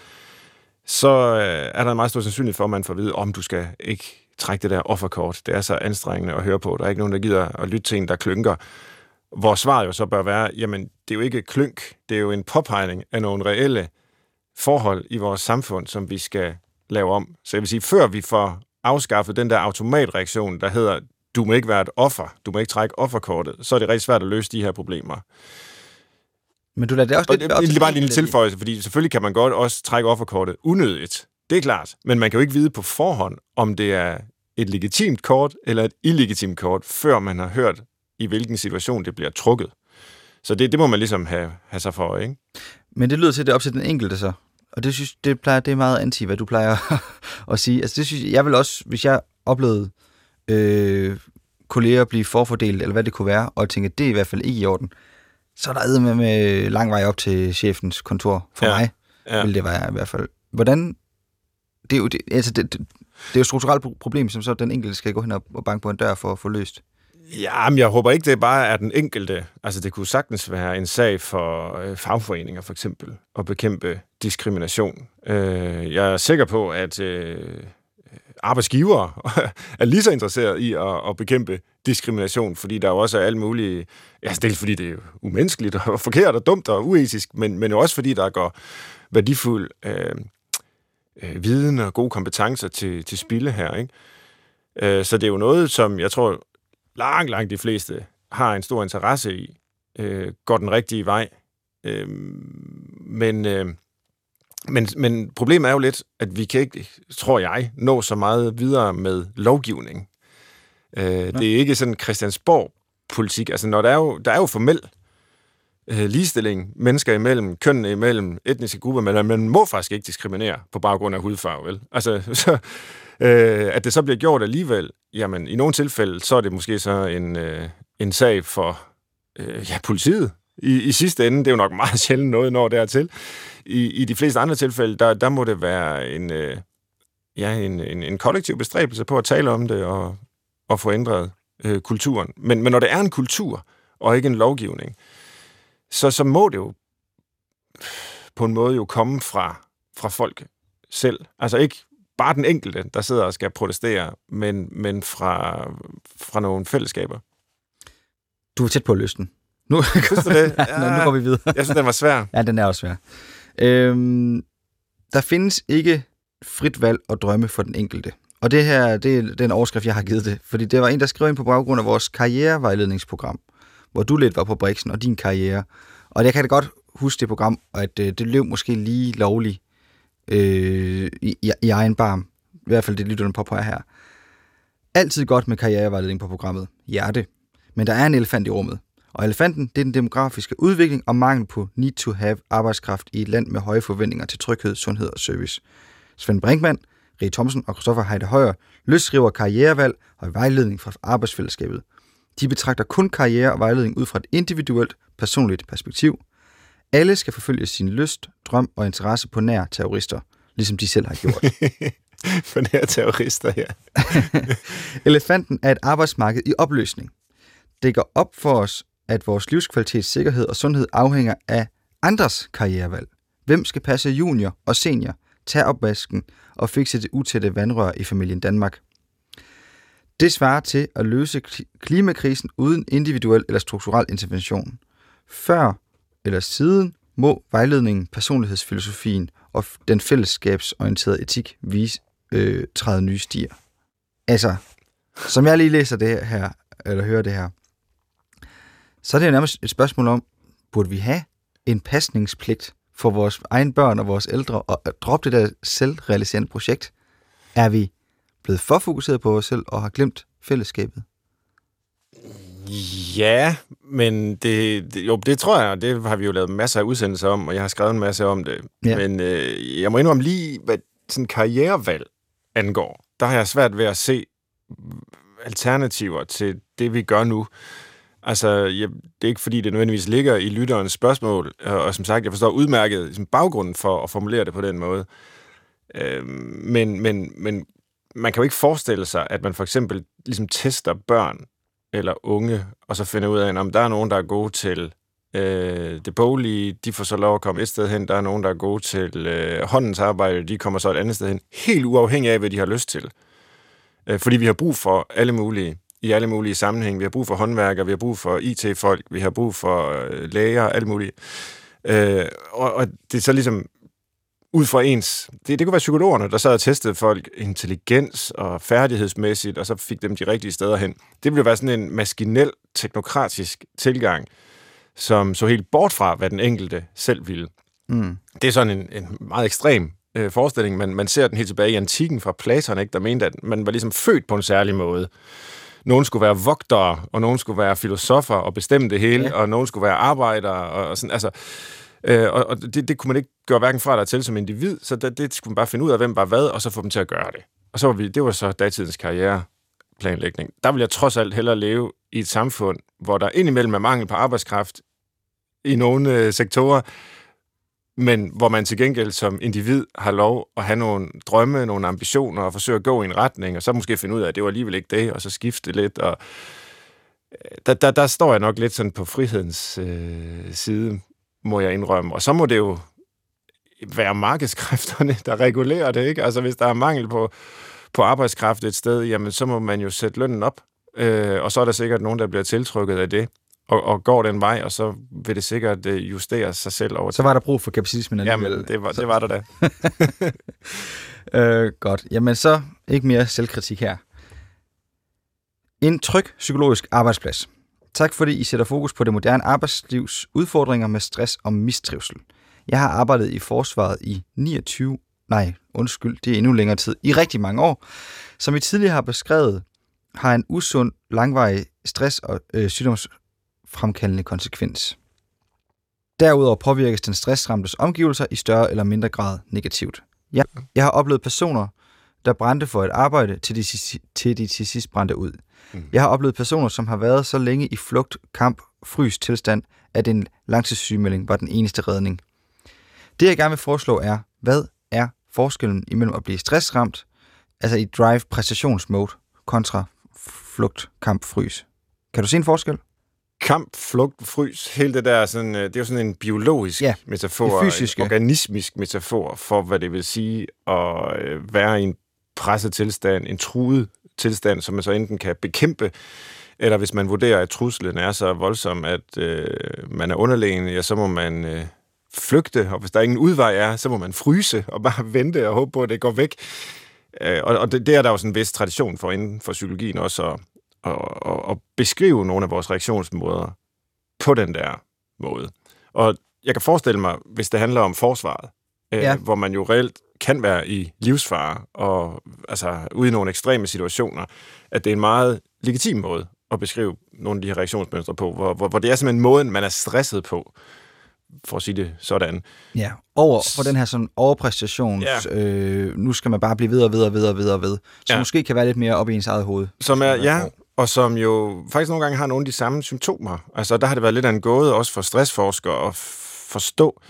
så øh, er der en meget stor sandsynlighed for, at man får at vide, om du skal ikke trække det der offerkort. Det er så anstrengende at høre på. Der er ikke nogen, der gider at lytte til en, der klynker. Hvor svaret jo så bør være, jamen det er jo ikke klynk, det er jo en påpegning af nogle reelle forhold i vores samfund, som vi skal lave om. Så jeg vil sige, før vi får afskaffet den der automatreaktion, der hedder, du må ikke være et offer, du må ikke trække offerkortet, så er det rigtig svært at løse de her problemer. Men du lader det også lidt... Og det er bare en lille tilføjelse, fordi selvfølgelig kan man godt også trække offerkortet unødigt. Det er klart, men man kan jo ikke vide på forhånd, om det er et legitimt kort eller et illegitimt kort, før man har hørt, i hvilken situation det bliver trukket. Så det, det må man ligesom have, have sig for, ikke? Men det lyder til, at det er op til den enkelte så. Og det synes det plejer det er meget anti, hvad du plejer at sige. Altså det synes jeg, jeg vil også, hvis jeg oplevede øh, kolleger blive forfordelt, eller hvad det kunne være, og tænke, at det er i hvert fald ikke i orden, så er der eddermed med lang vej op til chefens kontor for ja. mig. Ja. Vil det være i hvert fald. Hvordan... Det er jo, det, altså det, det, det er jo et strukturelt problem, som så den enkelte skal gå hen og banke på en dør for at få løst. Ja, men jeg håber ikke, det bare er den enkelte. Altså, det kunne sagtens være en sag for øh, fagforeninger, for eksempel, at bekæmpe diskrimination. Øh, jeg er sikker på, at øh, arbejdsgivere er lige så interesseret i at, at bekæmpe diskrimination, fordi der jo også er alle mulige... Ja, dels fordi det er umenneskeligt og forkert og dumt og uetisk, men, men jo også fordi der går værdifuld øh, øh, viden og gode kompetencer til, til spilde her, ikke? Øh, så det er jo noget, som jeg tror... langt, langt de fleste har en stor interesse i, øh, går den rigtige vej. Øh, men, øh, men, men problemet er jo lidt, at vi kan ikke, tror jeg, nå så meget videre med lovgivning. Øh, ja. Det er ikke sådan Christiansborg-politik. Altså, når der er jo, der er jo formel øh, ligestilling mennesker imellem, kønnene imellem, etniske grupper, men man må faktisk ikke diskriminere på baggrund af hudfarve, vel? Altså, så... Øh, at det så bliver gjort alligevel, jamen i nogle tilfælde, så er det måske så en, øh, en sag for øh, ja, politiet. I, I sidste ende, det er jo nok meget sjældent noget når dertil. I, i de fleste andre tilfælde, der, der må det være en, øh, ja, en, en, en kollektiv bestræbelse på at tale om det og, og få ændret øh, kulturen. Men, men når det er en kultur og ikke en lovgivning, så, så må det jo på en måde jo komme fra, fra folk selv. Altså ikke bare den enkelte, der sidder og skal protestere, men, men fra, fra nogle fællesskaber. Du er tæt på at løse den. Nu, synes du det? Ja, nu, nu går vi videre. Jeg synes, den var svær. Ja, den er også svær. Øhm, der findes ikke frit valg og drømme for den enkelte. Og det her, det er den overskrift, jeg har givet det. Fordi det var en, der skrev ind på baggrund af vores karrierevejledningsprogram, hvor du lidt var på briksen og din karriere. Og jeg kan da godt huske det program, at øh, det løb måske lige lovligt øh, i, i, i egen barm. I hvert fald det lytterne på på her. Altid godt med karrierevejledning på programmet. Hjerte. Men der er en elefant i rummet. Og elefanten, det er den demografiske udvikling og mangel på need to have arbejdskraft i et land med høje forventninger til tryghed, sundhed og service. Svend Brinkmann, Rie Thomsen og Christoffer Heide Højer løsriver karrierevalg og vejledning fra arbejdsfællesskabet. De betragter kun karriere og vejledning ud fra et individuelt, personligt perspektiv. Alle skal forfølge sin lyst, drøm og interesse på nær terrorister, ligesom de selv har gjort. For nær terrorister, ja. Elefanten er et arbejdsmarked i opløsning. Det går op for os, at vores livskvalitet, sikkerhed og sundhed afhænger af andres karrierevalg. Hvem skal passe junior og senior, tage opvasken og fikse det utætte vandrør i familien Danmark? Det svarer til at løse klimakrisen uden individuel eller strukturel intervention. Før eller siden må vejledningen, personlighedsfilosofien og den fællesskabsorienterede etik vise øh, træde nye stier. Altså, som jeg lige læser det her, eller hører det her, så er det jo nærmest et spørgsmål om, burde vi have en pasningspligt for vores egne børn og vores ældre, og droppe det der selvrealiserende projekt? Er vi blevet for fokuseret på os selv og har glemt fællesskabet? Ja, men det, det, jo, det tror jeg, det har vi jo lavet masser af udsendelser om, og jeg har skrevet en masse om det. Ja. Men øh, jeg må indrømme lige, hvad sådan karrierevalg angår, der har jeg svært ved at se alternativer til det, vi gør nu. Altså, jeg, det er ikke fordi, det nødvendigvis ligger i lytterens spørgsmål, og, og som sagt, jeg forstår udmærket ligesom, baggrunden for at formulere det på den måde. Øh, men, men, men man kan jo ikke forestille sig, at man for eksempel ligesom tester børn eller unge, og så finder ud af, om der er nogen, der er gode til øh, det boglige, de får så lov at komme et sted hen, der er nogen, der er gode til øh, håndens arbejde, de kommer så et andet sted hen, helt uafhængig af, hvad de har lyst til. Øh, fordi vi har brug for alle mulige, i alle mulige sammenhæng. Vi har brug for håndværkere, vi har brug for I T-folk, vi har brug for øh, læger, alle mulige. Øh, og, og det er så ligesom ud fra ens... Det, det kunne være psykologerne, der sad og testede folk intelligens og færdighedsmæssigt, og så fik dem de rigtige steder hen. Det ville være sådan en maskinel, teknokratisk tilgang, som så helt bort fra, hvad den enkelte selv ville. Mm. Det er sådan en, en meget ekstrem øh, forestilling, men man ser den helt tilbage i antikken fra Platon, ikke, der mente, at man var ligesom født på en særlig måde. Nogen skulle være vogtere, og nogen skulle være filosofer og bestemme det hele, ja. Og nogen skulle være arbejdere, og sådan, altså... Øh, og og det, det kunne man ikke gøre hverken fra eller til som individ, så det, det skulle man bare finde ud af, hvem var hvad, og så få dem til at gøre det. Og så var vi, det var så datidens karriereplanlægning. Der vil jeg trods alt hellere leve i et samfund, hvor der indimellem er mangel på arbejdskraft i nogle øh, sektorer, men hvor man til gengæld som individ har lov at have nogle drømme, nogle ambitioner, og forsøge at gå i en retning, og så måske finde ud af, at det var alligevel ikke det, og så skifte lidt. Og der, der, der står jeg nok lidt sådan på frihedens øh, side, må jeg indrømme. Og så må det jo være markedskræfterne, der regulerer det, ikke? Altså, hvis der er mangel på, på arbejdskraft et sted, jamen, så må man jo sætte lønnen op, øh, og så er der sikkert nogen, der bliver tiltrykket af det, og, og går den vej, og så vil det sikkert justere sig selv over. Så var der brug for kapitalismen alligevel. Jamen, det var, det var der da. øh, godt. Jamen, så ikke mere selvkritik her. En tryg psykologisk arbejdsplads. Tak fordi I sætter fokus på det moderne arbejdslivs udfordringer med stress og mistrivsel. Jeg har arbejdet i forsvaret i niogtyve, nej, undskyld, det er endnu længere tid, i rigtig mange år. Som I tidligere har beskrevet, har en usund, langvarig stress og øh, sygdomsfremkaldende konsekvens. Derudover påvirkes den stressramtes omgivelser i større eller mindre grad negativt. Jeg, jeg har oplevet personer, der brændte for et arbejde, til de, til de til sidst brændte ud. Jeg har oplevet personer, som har været så længe i flugt, kamp, frys tilstand, at en langtidssygemelding var den eneste redning. Det, jeg gerne vil foreslå, er, hvad er forskellen imellem at blive stressramt, altså i drive præstationsmode, kontra flugt, kamp, frys? Kan du se en forskel? Kamp, flugt, frys, hele det der, sådan, det er jo sådan en biologisk ja, metafor, en organismisk metafor for, hvad det vil sige at være i en presset tilstand, en truet tilstand, som man så enten kan bekæmpe, eller hvis man vurderer, at truslen er så voldsom, at øh, man er underlegen, ja, så må man øh, flygte, og hvis der ingen udvej er, så må man fryse og bare vente og håbe på, at det går væk. Øh, og og det, det er der jo sådan en vis tradition for inden for psykologien også, at, at, at, at beskrive nogle af vores reaktionsmåder på den der måde. Og jeg kan forestille mig, hvis det handler om forsvaret, øh, ja. hvor man jo reelt kan være i livsfare og altså ude i nogle ekstreme situationer, at det er en meget legitim måde at beskrive nogle af de her reaktionsmønstre på, hvor, hvor, hvor det er simpelthen måden, man er stresset på, for at sige det sådan. Ja, over for den her sådan overpræstations, ja. øh, nu skal man bare blive ved og ved og ved og ved og ved, så ja. måske kan være lidt mere op i ens eget hoved. Som er, ja, og som jo faktisk nogle gange har nogle af de samme symptomer. Altså der har det været lidt af en gåde også for stressforskere at forstå,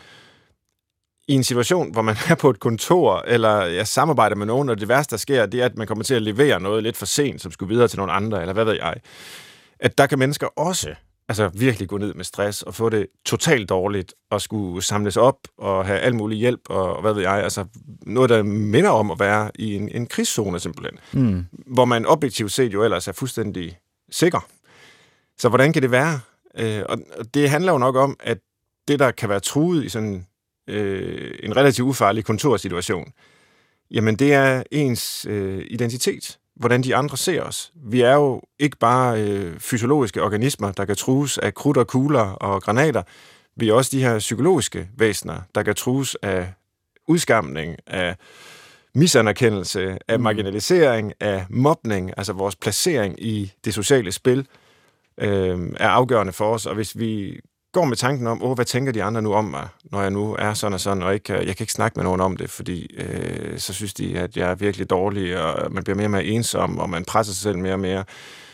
i en situation, hvor man er på et kontor, eller jeg samarbejder med nogen, og det værste, der sker, det er, at man kommer til at levere noget lidt for sent, som skulle videre til nogle andre, eller hvad ved jeg. At der kan mennesker også altså virkelig gå ned med stress og få det totalt dårligt og skulle samles op og have al mulig hjælp og hvad ved jeg, altså noget, der minder om at være i en, en krigszone simpelthen, mm. hvor man objektivt set jo ellers er fuldstændig sikker. Så hvordan kan det være? Øh, og det handler jo nok om, at det, der kan være truet i sådan øh, en relativt ufarlig kontorsituation, jamen det er ens øh, identitet. Hvordan de andre ser os. Vi er jo ikke bare øh, fysiologiske organismer, der kan trues af krudt og kugler og granater. Vi er også de her psykologiske væsener, der kan trues af udskamning, af misanerkendelse, af marginalisering, af mobning, altså vores placering i det sociale spil, øh, er afgørende for os. Og hvis vi går med tanken om, åh, hvad tænker de andre nu om mig, når jeg nu er sådan og sådan, og ikke, jeg kan ikke snakke med nogen om det, fordi øh, så synes de, at jeg er virkelig dårlig, og man bliver mere og mere ensom, og man presser sig selv mere og mere.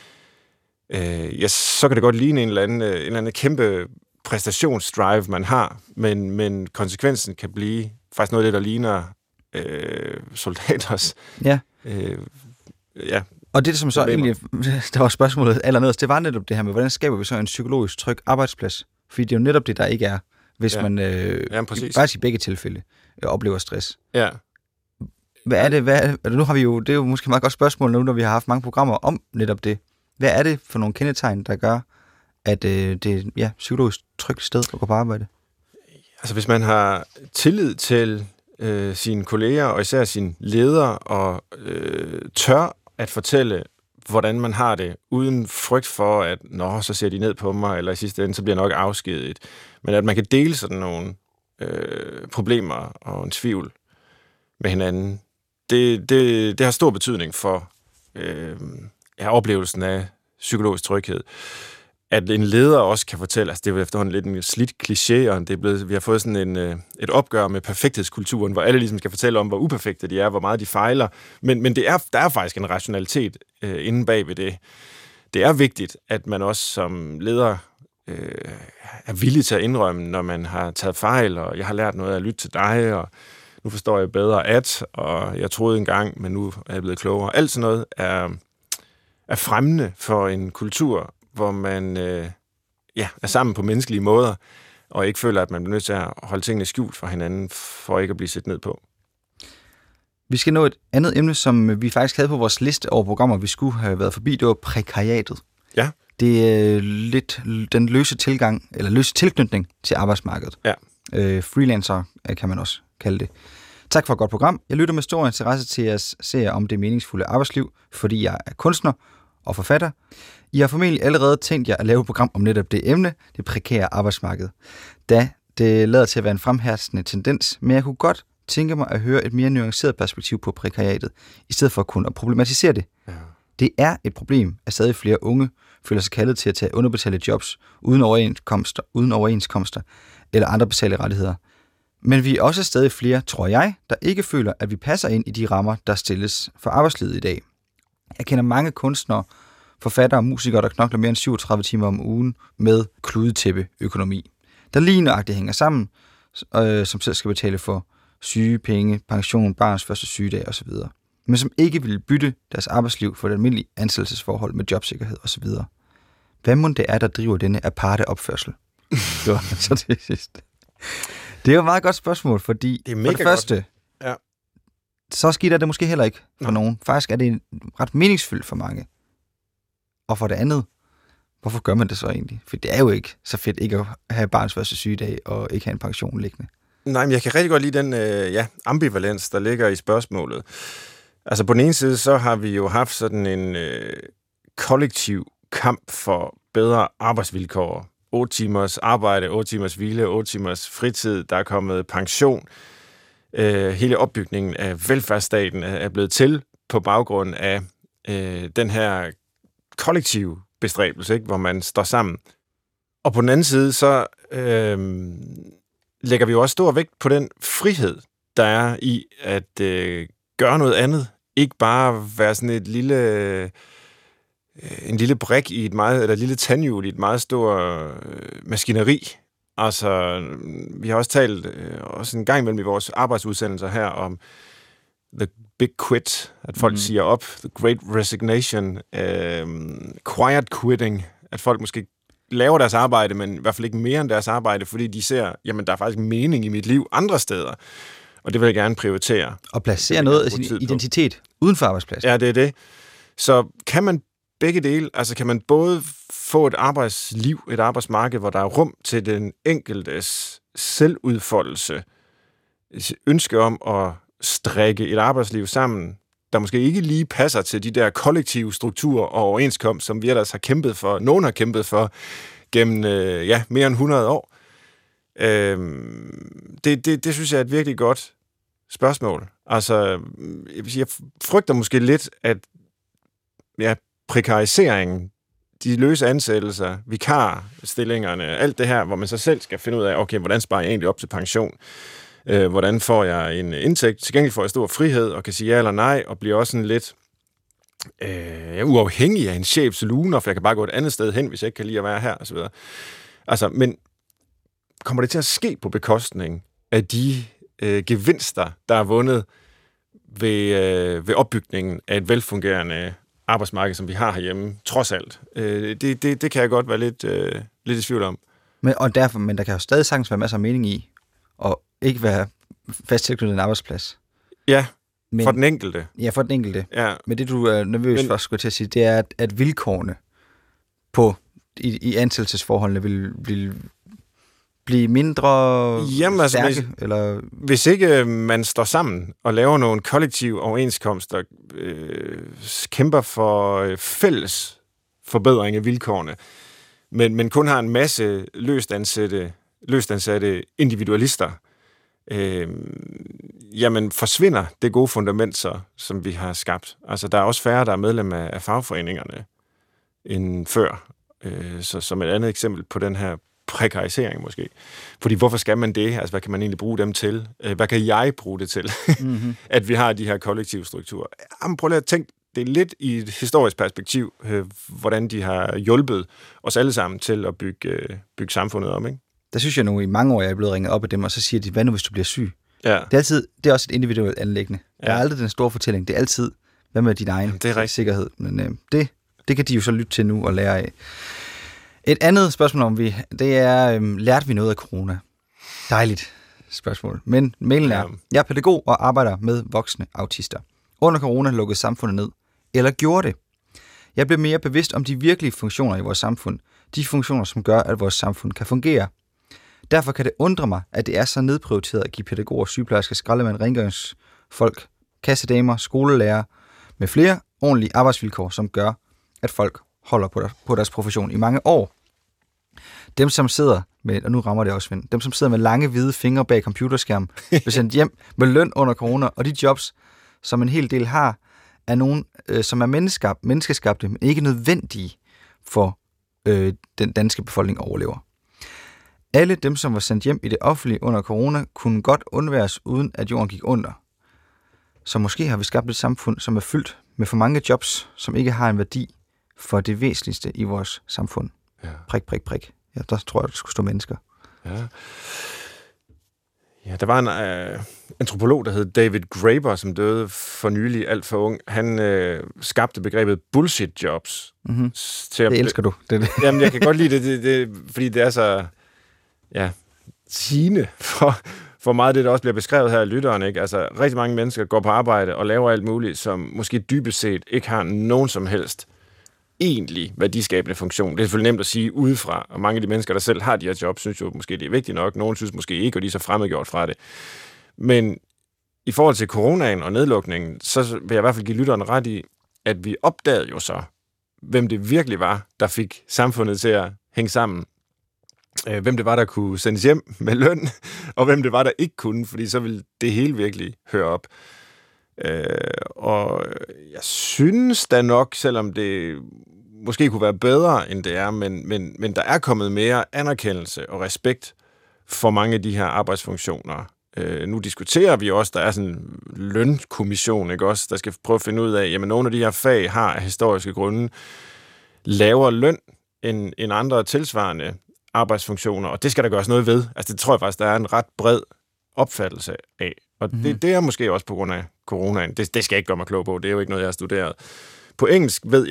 Øh, ja, så kan det godt ligne en eller anden, en eller anden kæmpe præstationsdrive, man har, men, men konsekvensen kan blive faktisk noget af det, der ligner øh, soldaters. Ja. Øh, ja. Og det, som så egentlig, der var spørgsmålet allernederst, det var netop det her med, hvordan skaber vi så en psykologisk tryg arbejdsplads? Fordi det er jo netop det, der ikke er, hvis ja. man øh, ja, faktisk i begge tilfælde øh, oplever stress. Ja. Hvad er det? Hvad er det? Nu har vi jo, det er jo måske et meget godt spørgsmål nu, når vi har haft mange programmer om netop det. Hvad er det for nogle kendetegn, der gør, at øh, det er ja, psykologisk trygt sted at gå på arbejde? Altså hvis man har tillid til øh, sine kolleger, og især sine ledere, og øh, tør at fortælle, hvordan man har det, uden frygt for, at nå, så ser de ned på mig, eller i sidste ende, så bliver jeg nok afskediget. Men at man kan dele sådan nogle øh, problemer og en tvivl med hinanden, det, det, det har stor betydning for øh, ja, oplevelsen af psykologisk tryghed. At en leder også kan fortælle, altså det er jo efterhånden lidt en slidt kliché, og det er blevet, vi har fået sådan en, et opgør med perfekthedskulturen, hvor alle ligesom skal fortælle om, hvor uperfekte de er, hvor meget de fejler. Men, men det er, der er faktisk en rationalitet øh, inde bag ved det. Det er vigtigt, at man også som leder øh, er villig til at indrømme, når man har taget fejl, og jeg har lært noget af at lytte til dig, og nu forstår jeg bedre at, og jeg troede engang, men nu er jeg blevet klogere. Alt sådan noget er, er fremmende for en kultur, hvor man øh, ja, er sammen på menneskelige måder, og ikke føler, at man bliver nødt til at holde tingene skjult for hinanden, for ikke at blive set ned på. Vi skal nå et andet emne, som vi faktisk havde på vores liste over programmer, vi skulle have været forbi. Det var prekariatet. Ja. Det er lidt den løse tilgang, eller løse tilknytning til arbejdsmarkedet. Ja. Øh, freelancer kan man også kalde det. Tak for et godt program. Jeg lytter med stor interesse til jeres serie om det meningsfulde arbejdsliv, fordi jeg er kunstner og forfatter. I har formentlig allerede tænkt jer at lave et program om netop det emne, det prekære arbejdsmarked, da det lader til at være en fremherskende tendens, men jeg kunne godt tænke mig at høre et mere nuanceret perspektiv på prekariatet, i stedet for kun at problematisere det. Ja. Det er et problem, at stadig flere unge føler sig kaldet til at tage underbetalte jobs uden overenskomster, uden overenskomster eller andre betalte rettigheder. Men vi er også stadig flere, tror jeg, der ikke føler, at vi passer ind i de rammer, der stilles for arbejdslivet i dag. Jeg kender mange kunstnere, forfattere og musikere, der knokler mere end syvogtredive timer om ugen med kludetæppeøkonomi, der lige nøjagtigt hænger sammen, øh, som selv skal betale for sygepenge, pension, barns første sygedag osv., men som ikke vil bytte deres arbejdsliv for et almindeligt ansættelsesforhold med jobsikkerhed osv. Hvad må det er, der driver denne aparte opførsel? Det var så det sidste. Det er jo et meget godt spørgsmål, fordi det er for det første, ja. så skidt er det måske heller ikke for Nå. nogen. Faktisk er det ret meningsfyldt for mange. Og for det andet, hvorfor gør man det så egentlig? For det er jo ikke så fedt ikke at have barns første sygedag og ikke have en pension liggende. Nej, men jeg kan rigtig godt lide den øh, ja, ambivalens, der ligger i spørgsmålet. Altså på den ene side, så har vi jo haft sådan en øh, kollektiv kamp for bedre arbejdsvilkår. otte timers arbejde, otte timers hvile, otte timers fritid, der er kommet pension. Øh, hele opbygningen af velfærdsstaten er blevet til på baggrund af øh, den her kollektive bestræbelse, ikke? Hvor man står sammen. Og på den anden side, så øh, lægger vi jo også stor vægt på den frihed, der er i at øh, gøre noget andet. Ikke bare være sådan et lille, øh, en lille brik i et meget, eller et lille tandhjul i et meget stort øh, maskineri. Altså, vi har også talt øh, også en gang imellem i vores arbejdsudsendelser her om the big quit, at folk mm. siger op, the great resignation, øh, quiet quitting, at folk måske laver deres arbejde, men i hvert fald ikke mere end deres arbejde, fordi de ser, jamen der er faktisk mening i mit liv andre steder, og det vil jeg gerne prioritere. Og placere noget af sin identitet uden for arbejdspladsen. Ja, det er det. Så kan man begge dele, altså kan man både få et arbejdsliv, et arbejdsmarked, hvor der er rum til den enkeltes selvudfoldelse, ønske om at strikke et arbejdsliv sammen, der måske ikke lige passer til de der kollektive strukturer og overenskomst, som vi ellers har kæmpet for, nogen har kæmpet for gennem øh, ja, mere end hundrede år. Øh, det, det, det synes jeg er et virkelig godt spørgsmål. Altså, jeg frygter måske lidt, at ja, prekariseringen, de løse ansættelser, vikarstillingerne, alt det her, hvor man så selv skal finde ud af, okay, hvordan sparer jeg egentlig op til pension? Øh, hvordan får jeg en indtægt? Til gengæld får jeg stor frihed og kan sige ja eller nej, og bliver også sådan lidt øh, uafhængig af en chefs luner, for jeg kan bare gå et andet sted hen, hvis jeg ikke kan lide at være her, osv. Altså, men kommer det til at ske på bekostning af de øh, gevinster, der er vundet ved, øh, ved opbygningen af et velfungerende arbejdsmarked, som vi har herhjemme, trods alt? Øh, det, det, det kan jeg godt være lidt, øh, lidt i tvivl om. Men, og derfor, men der kan jo stadig sagtens være masser af mening i, og ikke være fast tilknyttet en arbejdsplads. Ja, men, for den enkelte. Ja, for den enkelte. Ja. Men det, du er nervøs men, for, skulle til at sige, det er, at, at vilkårene på, i, i ansættelsesforholdene vil, vil blive mindre Jamen, altså, stærke? Hvis, eller? hvis ikke man står sammen og laver nogle kollektive overenskomster, øh, kæmper for øh, fælles forbedring af vilkårene, men, men kun har en masse løst ansatte, løst ansatte individualister, øh, jamen forsvinder det gode fundament, så, som vi har skabt. Altså, der er også færre, der er medlem af, af fagforeningerne end før. Øh, så som et andet eksempel på den her prekarisering måske. Fordi hvorfor skal man det? Altså, hvad kan man egentlig bruge dem til? Hvad kan jeg bruge det til? Mm-hmm. At vi har de her kollektive strukturer. Jamen, prøv lige at tænke, det er lidt i et historisk perspektiv, øh, hvordan de har hjulpet os alle sammen til at bygge, øh, bygge samfundet om, ikke? Der synes jeg nu, i mange år, jeg er blevet ringet op af dem, og så siger de, hvad nu, hvis du bliver syg? Ja. Det er altid, det er også et individuelt anliggende. Ja. Der er aldrig den store fortælling. Det er altid, hvad med din egen det er sikkerhed? Men øh, det, det kan de jo så lytte til nu og lære af. Et andet spørgsmål, om vi, det er, øhm, lærte vi noget af corona? Dejligt spørgsmål. Men mailen er, jeg er pædagog og arbejder med voksne autister. Under corona lukkede samfundet ned. Eller gjorde det? Jeg blev mere bevidst om de virkelige funktioner i vores samfund. De funktioner, som gør, at vores samfund kan fungere. Derfor kan det undre mig, at det er så nedprioriteret at give pædagoger, sygeplejersker, skraldemænd, rengøringsfolk, kassedamer, skolelærer med flere ordentlige arbejdsvilkår, som gør, at folk holder på, der, på deres profession i mange år. Dem, som sidder med, og nu rammer det også, dem, som sidder med lange, hvide fingre bag computerskærm, bliver sendt hjem med løn under corona, og de jobs, som en hel del har, er nogen, øh, som er menneskeskab, menneskeskabte, men ikke nødvendige for øh, den danske befolkning overlever. Alle dem, som var sendt hjem i det offentlige under corona, kunne godt undværes, uden at jorden gik under. Så måske har vi skabt et samfund, som er fyldt med for mange jobs, som ikke har en værdi for det væsentligste i vores samfund. Ja. Prik, prik, prik. Ja, der tror jeg, der skulle stå mennesker. Ja. Ja, der var en øh, antropolog, der hed David Graeber, som døde for nylig, alt for ung. Han øh, skabte begrebet bullshit jobs. Mm-hmm. Til at, det elsker du. Det, det. Jamen, jeg kan godt lide det, det, det, fordi det er så ja, sigende for, for meget af det, der også bliver beskrevet her i lytteren. Ikke? Altså, rigtig mange mennesker går på arbejde og laver alt muligt, som måske dybest set ikke har nogen som helst egentlig værdiskabende funktion. Det er selvfølgelig nemt at sige udefra, og mange af de mennesker, der selv har de her jobs, synes jo måske, det er vigtigt nok. Nogle synes måske ikke, og de er så fremmedgjort fra det. Men i forhold til coronaen og nedlukningen, så vil jeg i hvert fald give lytteren ret i, at vi opdagede jo så, hvem det virkelig var, der fik samfundet til at hænge sammen. Hvem det var, der kunne sendes hjem med løn, og hvem det var, der ikke kunne, fordi så ville det hele virkelig høre op. Øh, og jeg synes da nok, selvom det måske kunne være bedre, end det er, men, men, men der er kommet mere anerkendelse og respekt for mange af de her arbejdsfunktioner. Øh, nu diskuterer vi også, der er sådan en lønkommission, ikke også, der skal prøve at finde ud af, jamen nogle af de her fag har af historiske grunde lavere løn end, end andre tilsvarende arbejdsfunktioner, og det skal der gøres noget ved. Altså det tror jeg faktisk, der er en ret bred opfattelse af. Og mm-hmm. det, det er måske også på grund af coronaen. Det, det skal jeg ikke gøre mig klog på. Det er jo ikke noget, jeg har studeret. På engelsk ved jeg,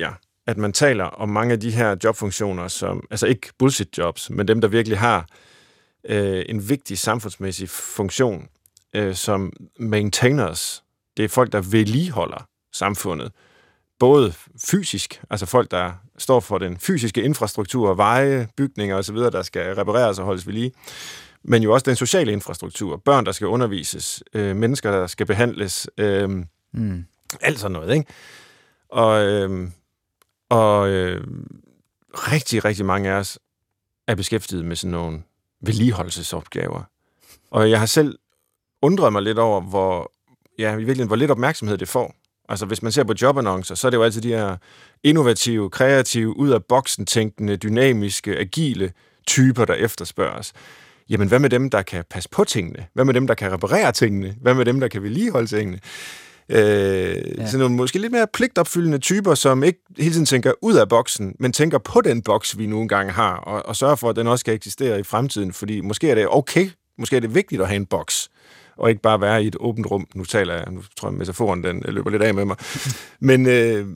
at man taler om mange af de her jobfunktioner, som, altså ikke bullshit jobs, men dem, der virkelig har øh, en vigtig samfundsmæssig funktion, øh, som maintainers. Det er folk, der vedligeholder samfundet. Både fysisk, altså folk, der står for den fysiske infrastruktur, veje, bygninger osv., der skal repareres og holdes ved lige, men jo også den sociale infrastruktur. Børn, der skal undervises, øh, mennesker, der skal behandles, øh, mm. alt sådan noget, ikke? Og, øh, og øh, rigtig, rigtig mange af os er beskæftiget med sådan nogle vedligeholdelsesopgaver. Og jeg har selv undret mig lidt over, hvor, ja, i virkeligheden, hvor lidt opmærksomhed det får. Altså, hvis man ser på jobannoncer, så er det jo altid de her innovative, kreative, ud af boksen tænkende, dynamiske, agile typer, der efterspørges. Jamen, hvad med dem, der kan passe på tingene? Hvad med dem, der kan reparere tingene? Hvad med dem, der kan vedligeholde tingene? Øh, ja. Sådan nogle måske lidt mere pligtopfyldende typer, som ikke hele tiden tænker ud af boksen, men tænker på den boks, vi nu engang har, og, og sørger for, at den også skal eksistere i fremtiden, fordi måske er det okay, måske er det vigtigt at have en boks, og ikke bare være i et åbent rum. Nu taler jeg, nu tror jeg, metaforen den løber lidt af med mig. Men, øh,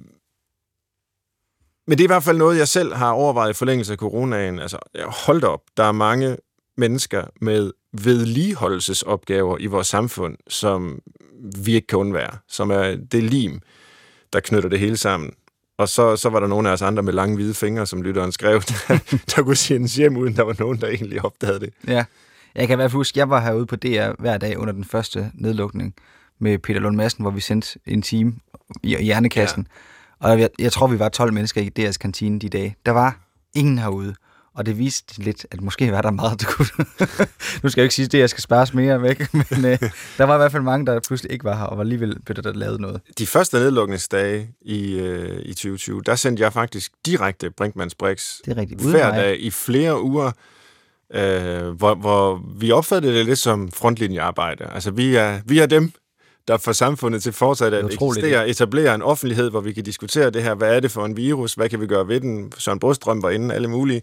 men det er i hvert fald noget, jeg selv har overvejet i forlængelse af coronaen. Altså, hold da op, der er mange mennesker med vedligeholdelsesopgaver i vores samfund, som vi ikke kan undvære, som er det lim, der knytter det hele sammen. Og så, så var der nogle af os andre med lange hvide fingre, som lytteren skrev, der, der kunne sendes hjem, uden der var nogen, der egentlig opdagede det. Ja. Jeg kan i hvert fald huske, at jeg var herude på D R hver dag under den første nedlukning med Peter Lund Madsen, hvor vi sendte en time i hjernekassen. Ja. Og jeg, jeg tror, vi var tolv mennesker i D R's kantine de dage. Der var ingen herude. Og det viste lidt, at måske var der meget, der kunne... Nu skal jeg ikke sige, at det, jeg skal spares mere væk, men øh, der var i hvert fald mange, der pludselig ikke var her, og var alligevel blevet der lavet noget. De første nedlukningsdage i, øh, i tyve tyve, der sendte jeg faktisk direkte Brinkmanns Brix hver dag i flere uger, øh, hvor, hvor vi opfattede det lidt som frontlinjearbejde. Altså, vi er, vi er dem, der får samfundet til fortsat at eksistere, etablere en offentlighed, hvor vi kan diskutere det her. Hvad er det for en virus? Hvad kan vi gøre ved den? Søren Brostrøm var inde, alle mulige.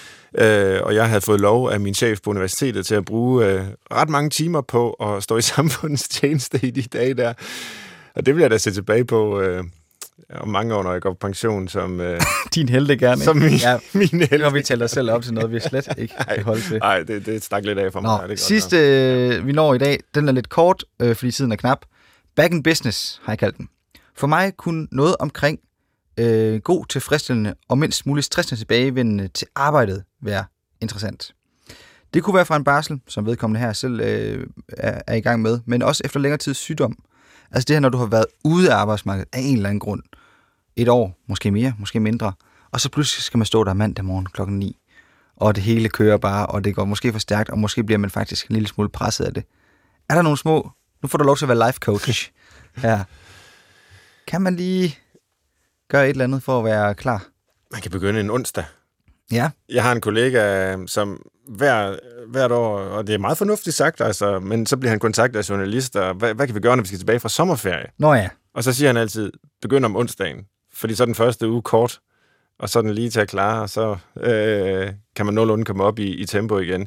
Øh, og jeg havde fået lov af min chef på universitetet til at bruge øh, ret mange timer på at stå i samfundets tjeneste i de dage der. Og det vil jeg da se tilbage på øh, om mange år, når jeg går på pension. Som, øh, Din helte gerne. Som min, ja, min helte. Når vi tæller os selv op til noget, vi slet ikke kan holde til. Nej, det, det stak lidt af for mig. Nå, det sidste, øh, vi når i dag, den er lidt kort, øh, fordi tiden er knap. Back in business, har jeg kaldt den. For mig kunne noget omkring øh, god, tilfredsstillende og mindst muligt stressende tilbagevendende til arbejdet være interessant. Det kunne være fra en barsel, som vedkommende her selv øh, er, er i gang med, men også efter længere tids sygdom. Altså det her, når du har været ude af arbejdsmarkedet af en eller anden grund. Et år, måske mere, måske mindre. Og så pludselig skal man stå der mandag morgen klokken ni. Og det hele kører bare, og det går måske for stærkt, og måske bliver man faktisk en lille smule presset af det. Er der nogle små... Nu får du lov til at være life coach. Ja. Kan man lige gøre et eller andet for at være klar? Man kan begynde en onsdag. Ja. Jeg har en kollega, som hver, hvert år, og det er meget fornuftigt sagt, altså, men så bliver han kontaktet af journalister. Hvad, hvad kan vi gøre, når vi skal tilbage fra sommerferie? Nå ja. Og så siger han altid, begynd om onsdagen. Fordi så er den første uge kort, og så er den lige til at klare, og så øh, kan man nogenlunde komme op i, i tempo igen.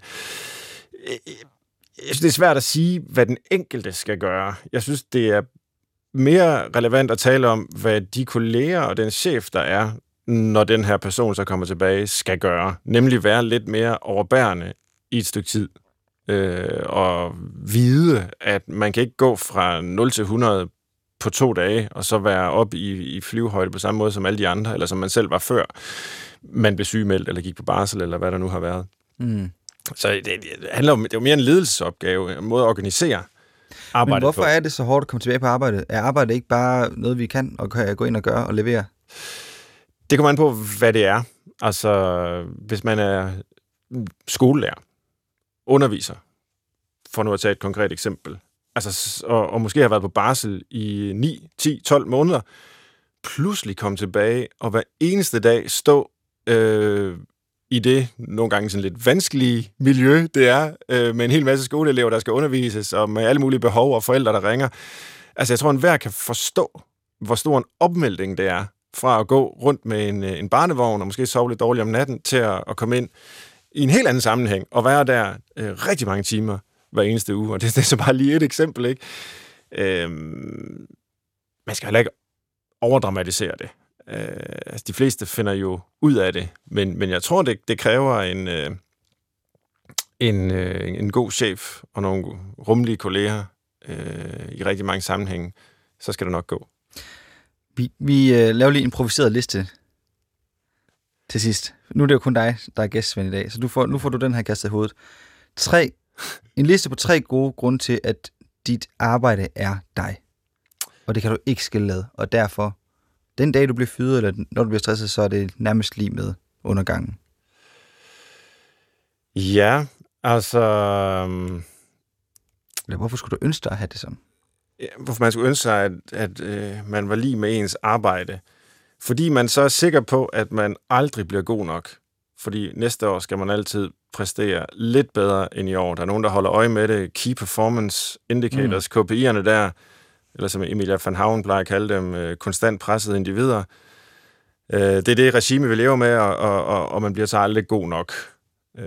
Jeg synes, det er svært at sige, hvad den enkelte skal gøre. Jeg synes, det er mere relevant at tale om, hvad de kolleger og den chef, der er, når den her person så kommer tilbage, skal gøre. Nemlig være lidt mere overbærende i et stykke tid. Øh, og vide, at man kan ikke gå fra nul til hundrede på to dage, og så være op i, i flyvehøjde på samme måde som alle de andre, eller som man selv var før man blev sygemeldt, eller gik på barsel, eller hvad der nu har været. Mm. Så det, det handler om, det er jo mere en ledelsesopgave, en måde at organisere arbejdet. Men hvorfor på. er det så hårdt at komme tilbage på arbejdet? Er arbejdet ikke bare noget, vi kan og kan gå ind og gøre og levere? Det kommer an på, hvad det er. Altså, hvis man er skolelærer, underviser, for nu at tage et konkret eksempel, altså, og, og måske har været på barsel i ni, ti, tolv måneder, pludselig komme tilbage og hver eneste dag stå øh, i det nogle gange sådan lidt vanskelige miljø, det er, øh, med en hel masse skoleelever, der skal undervises, og med alle mulige behov og forældre, der ringer. Altså, jeg tror, at enhver kan forstå, hvor stor en opmelding det er, fra at gå rundt med en, en barnevogn, og måske sove lidt dårligt om natten, til at, at komme ind i en helt anden sammenhæng, og være der øh, rigtig mange timer hver eneste uge. Og det, det er så bare lige et eksempel, ikke? Øhm, man skal heller ikke overdramatisere det. Øh, altså, de fleste finder jo ud af det, men, men jeg tror, det, det kræver en, øh, en, øh, en god chef og nogle rummelige kolleger øh, i rigtig mange sammenhænge. Så skal det nok gå. Vi, vi øh, laver lige en improviseret liste til sidst. Nu er det jo kun dig, der er gæst, Svend, i dag, så du får, nu får du den her kastet i hovedet. Tre, en liste på tre gode grunde til, at dit arbejde er dig. Og det kan du ikke skille ad. Og derfor, den dag du bliver fyret, eller når du bliver stresset, så er det nærmest lige med undergangen. Ja, altså... Eller hvorfor skulle du ønske dig at have det sådan? Ja, hvorfor man skulle ønske sig, at, at øh, man var lige med ens arbejde. Fordi man så er sikker på, at man aldrig bliver god nok. Fordi næste år skal man altid præstere lidt bedre end i år. Der er nogen, der holder øje med det. Key Performance Indicators, mm. K P I'erne der, eller som Emilia van Haven plejer at kalde dem, øh, konstant pressede individer. Øh, det er det regime, vi lever med, og, og, og, og man bliver så aldrig god nok. Øh,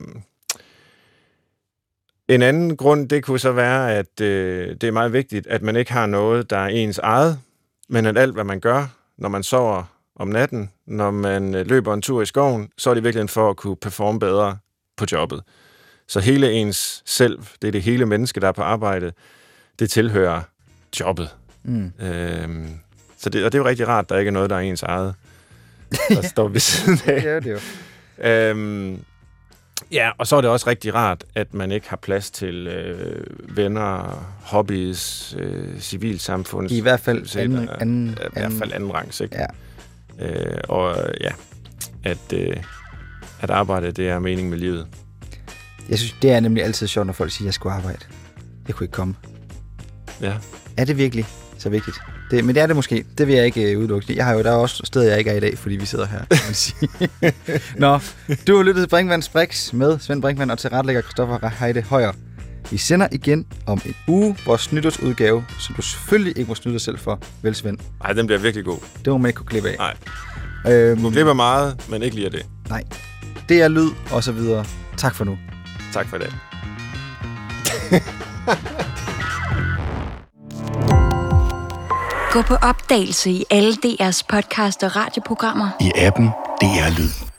en anden grund, det kunne så være, at øh, det er meget vigtigt, at man ikke har noget, der er ens eget, men at alt, hvad man gør, når man sover om natten, når man løber en tur i skoven, så er det virkelig for at kunne performe bedre på jobbet. Så hele ens selv, det er det hele menneske, der er på arbejde, det tilhører jobbet. Mm. Øhm, så det, og det er jo rigtig rart, der ikke er noget, der er ens eget, der står ved siden af. Det er det jo. Øhm, ja, og så er det også rigtig rart, at man ikke har plads til øh, venner, hobbies, øh, civilsamfunds... I hvert fald anden, anden, I hvert fald anden rangs, ikke? Ja. Øh, og ja, at, øh, at arbejde, det er mening med livet. Jeg synes, det er nemlig altid sjovt, når folk siger, at jeg skulle arbejde. Jeg kunne ikke komme. Ja. Er det virkelig så vigtigt? Det, men det er det måske. Det vil jeg ikke øh, udelukke. Jeg har jo, der er også steder, jeg ikke er i dag, fordi vi sidder her, kan man sige. Nå, du har lyttet til Brinkmanns Brix med Svend Brinkmann og tilrettelægger Christoffer Heide Højer. Vi sender igen om en uge vores nytårsudgave, som du selvfølgelig ikke må snyde dig selv for. Vel, Svend? Nej, den bliver virkelig god. Det må man ikke kunne klippe af. Nej. Øhm, du klipper meget, men ikke lige af det. Nej. Det er lyd, og så videre. Tak for nu. Tak for det. Gå på opdagelse i alle D R's podcast og radioprogrammer. I appen D R Lyd.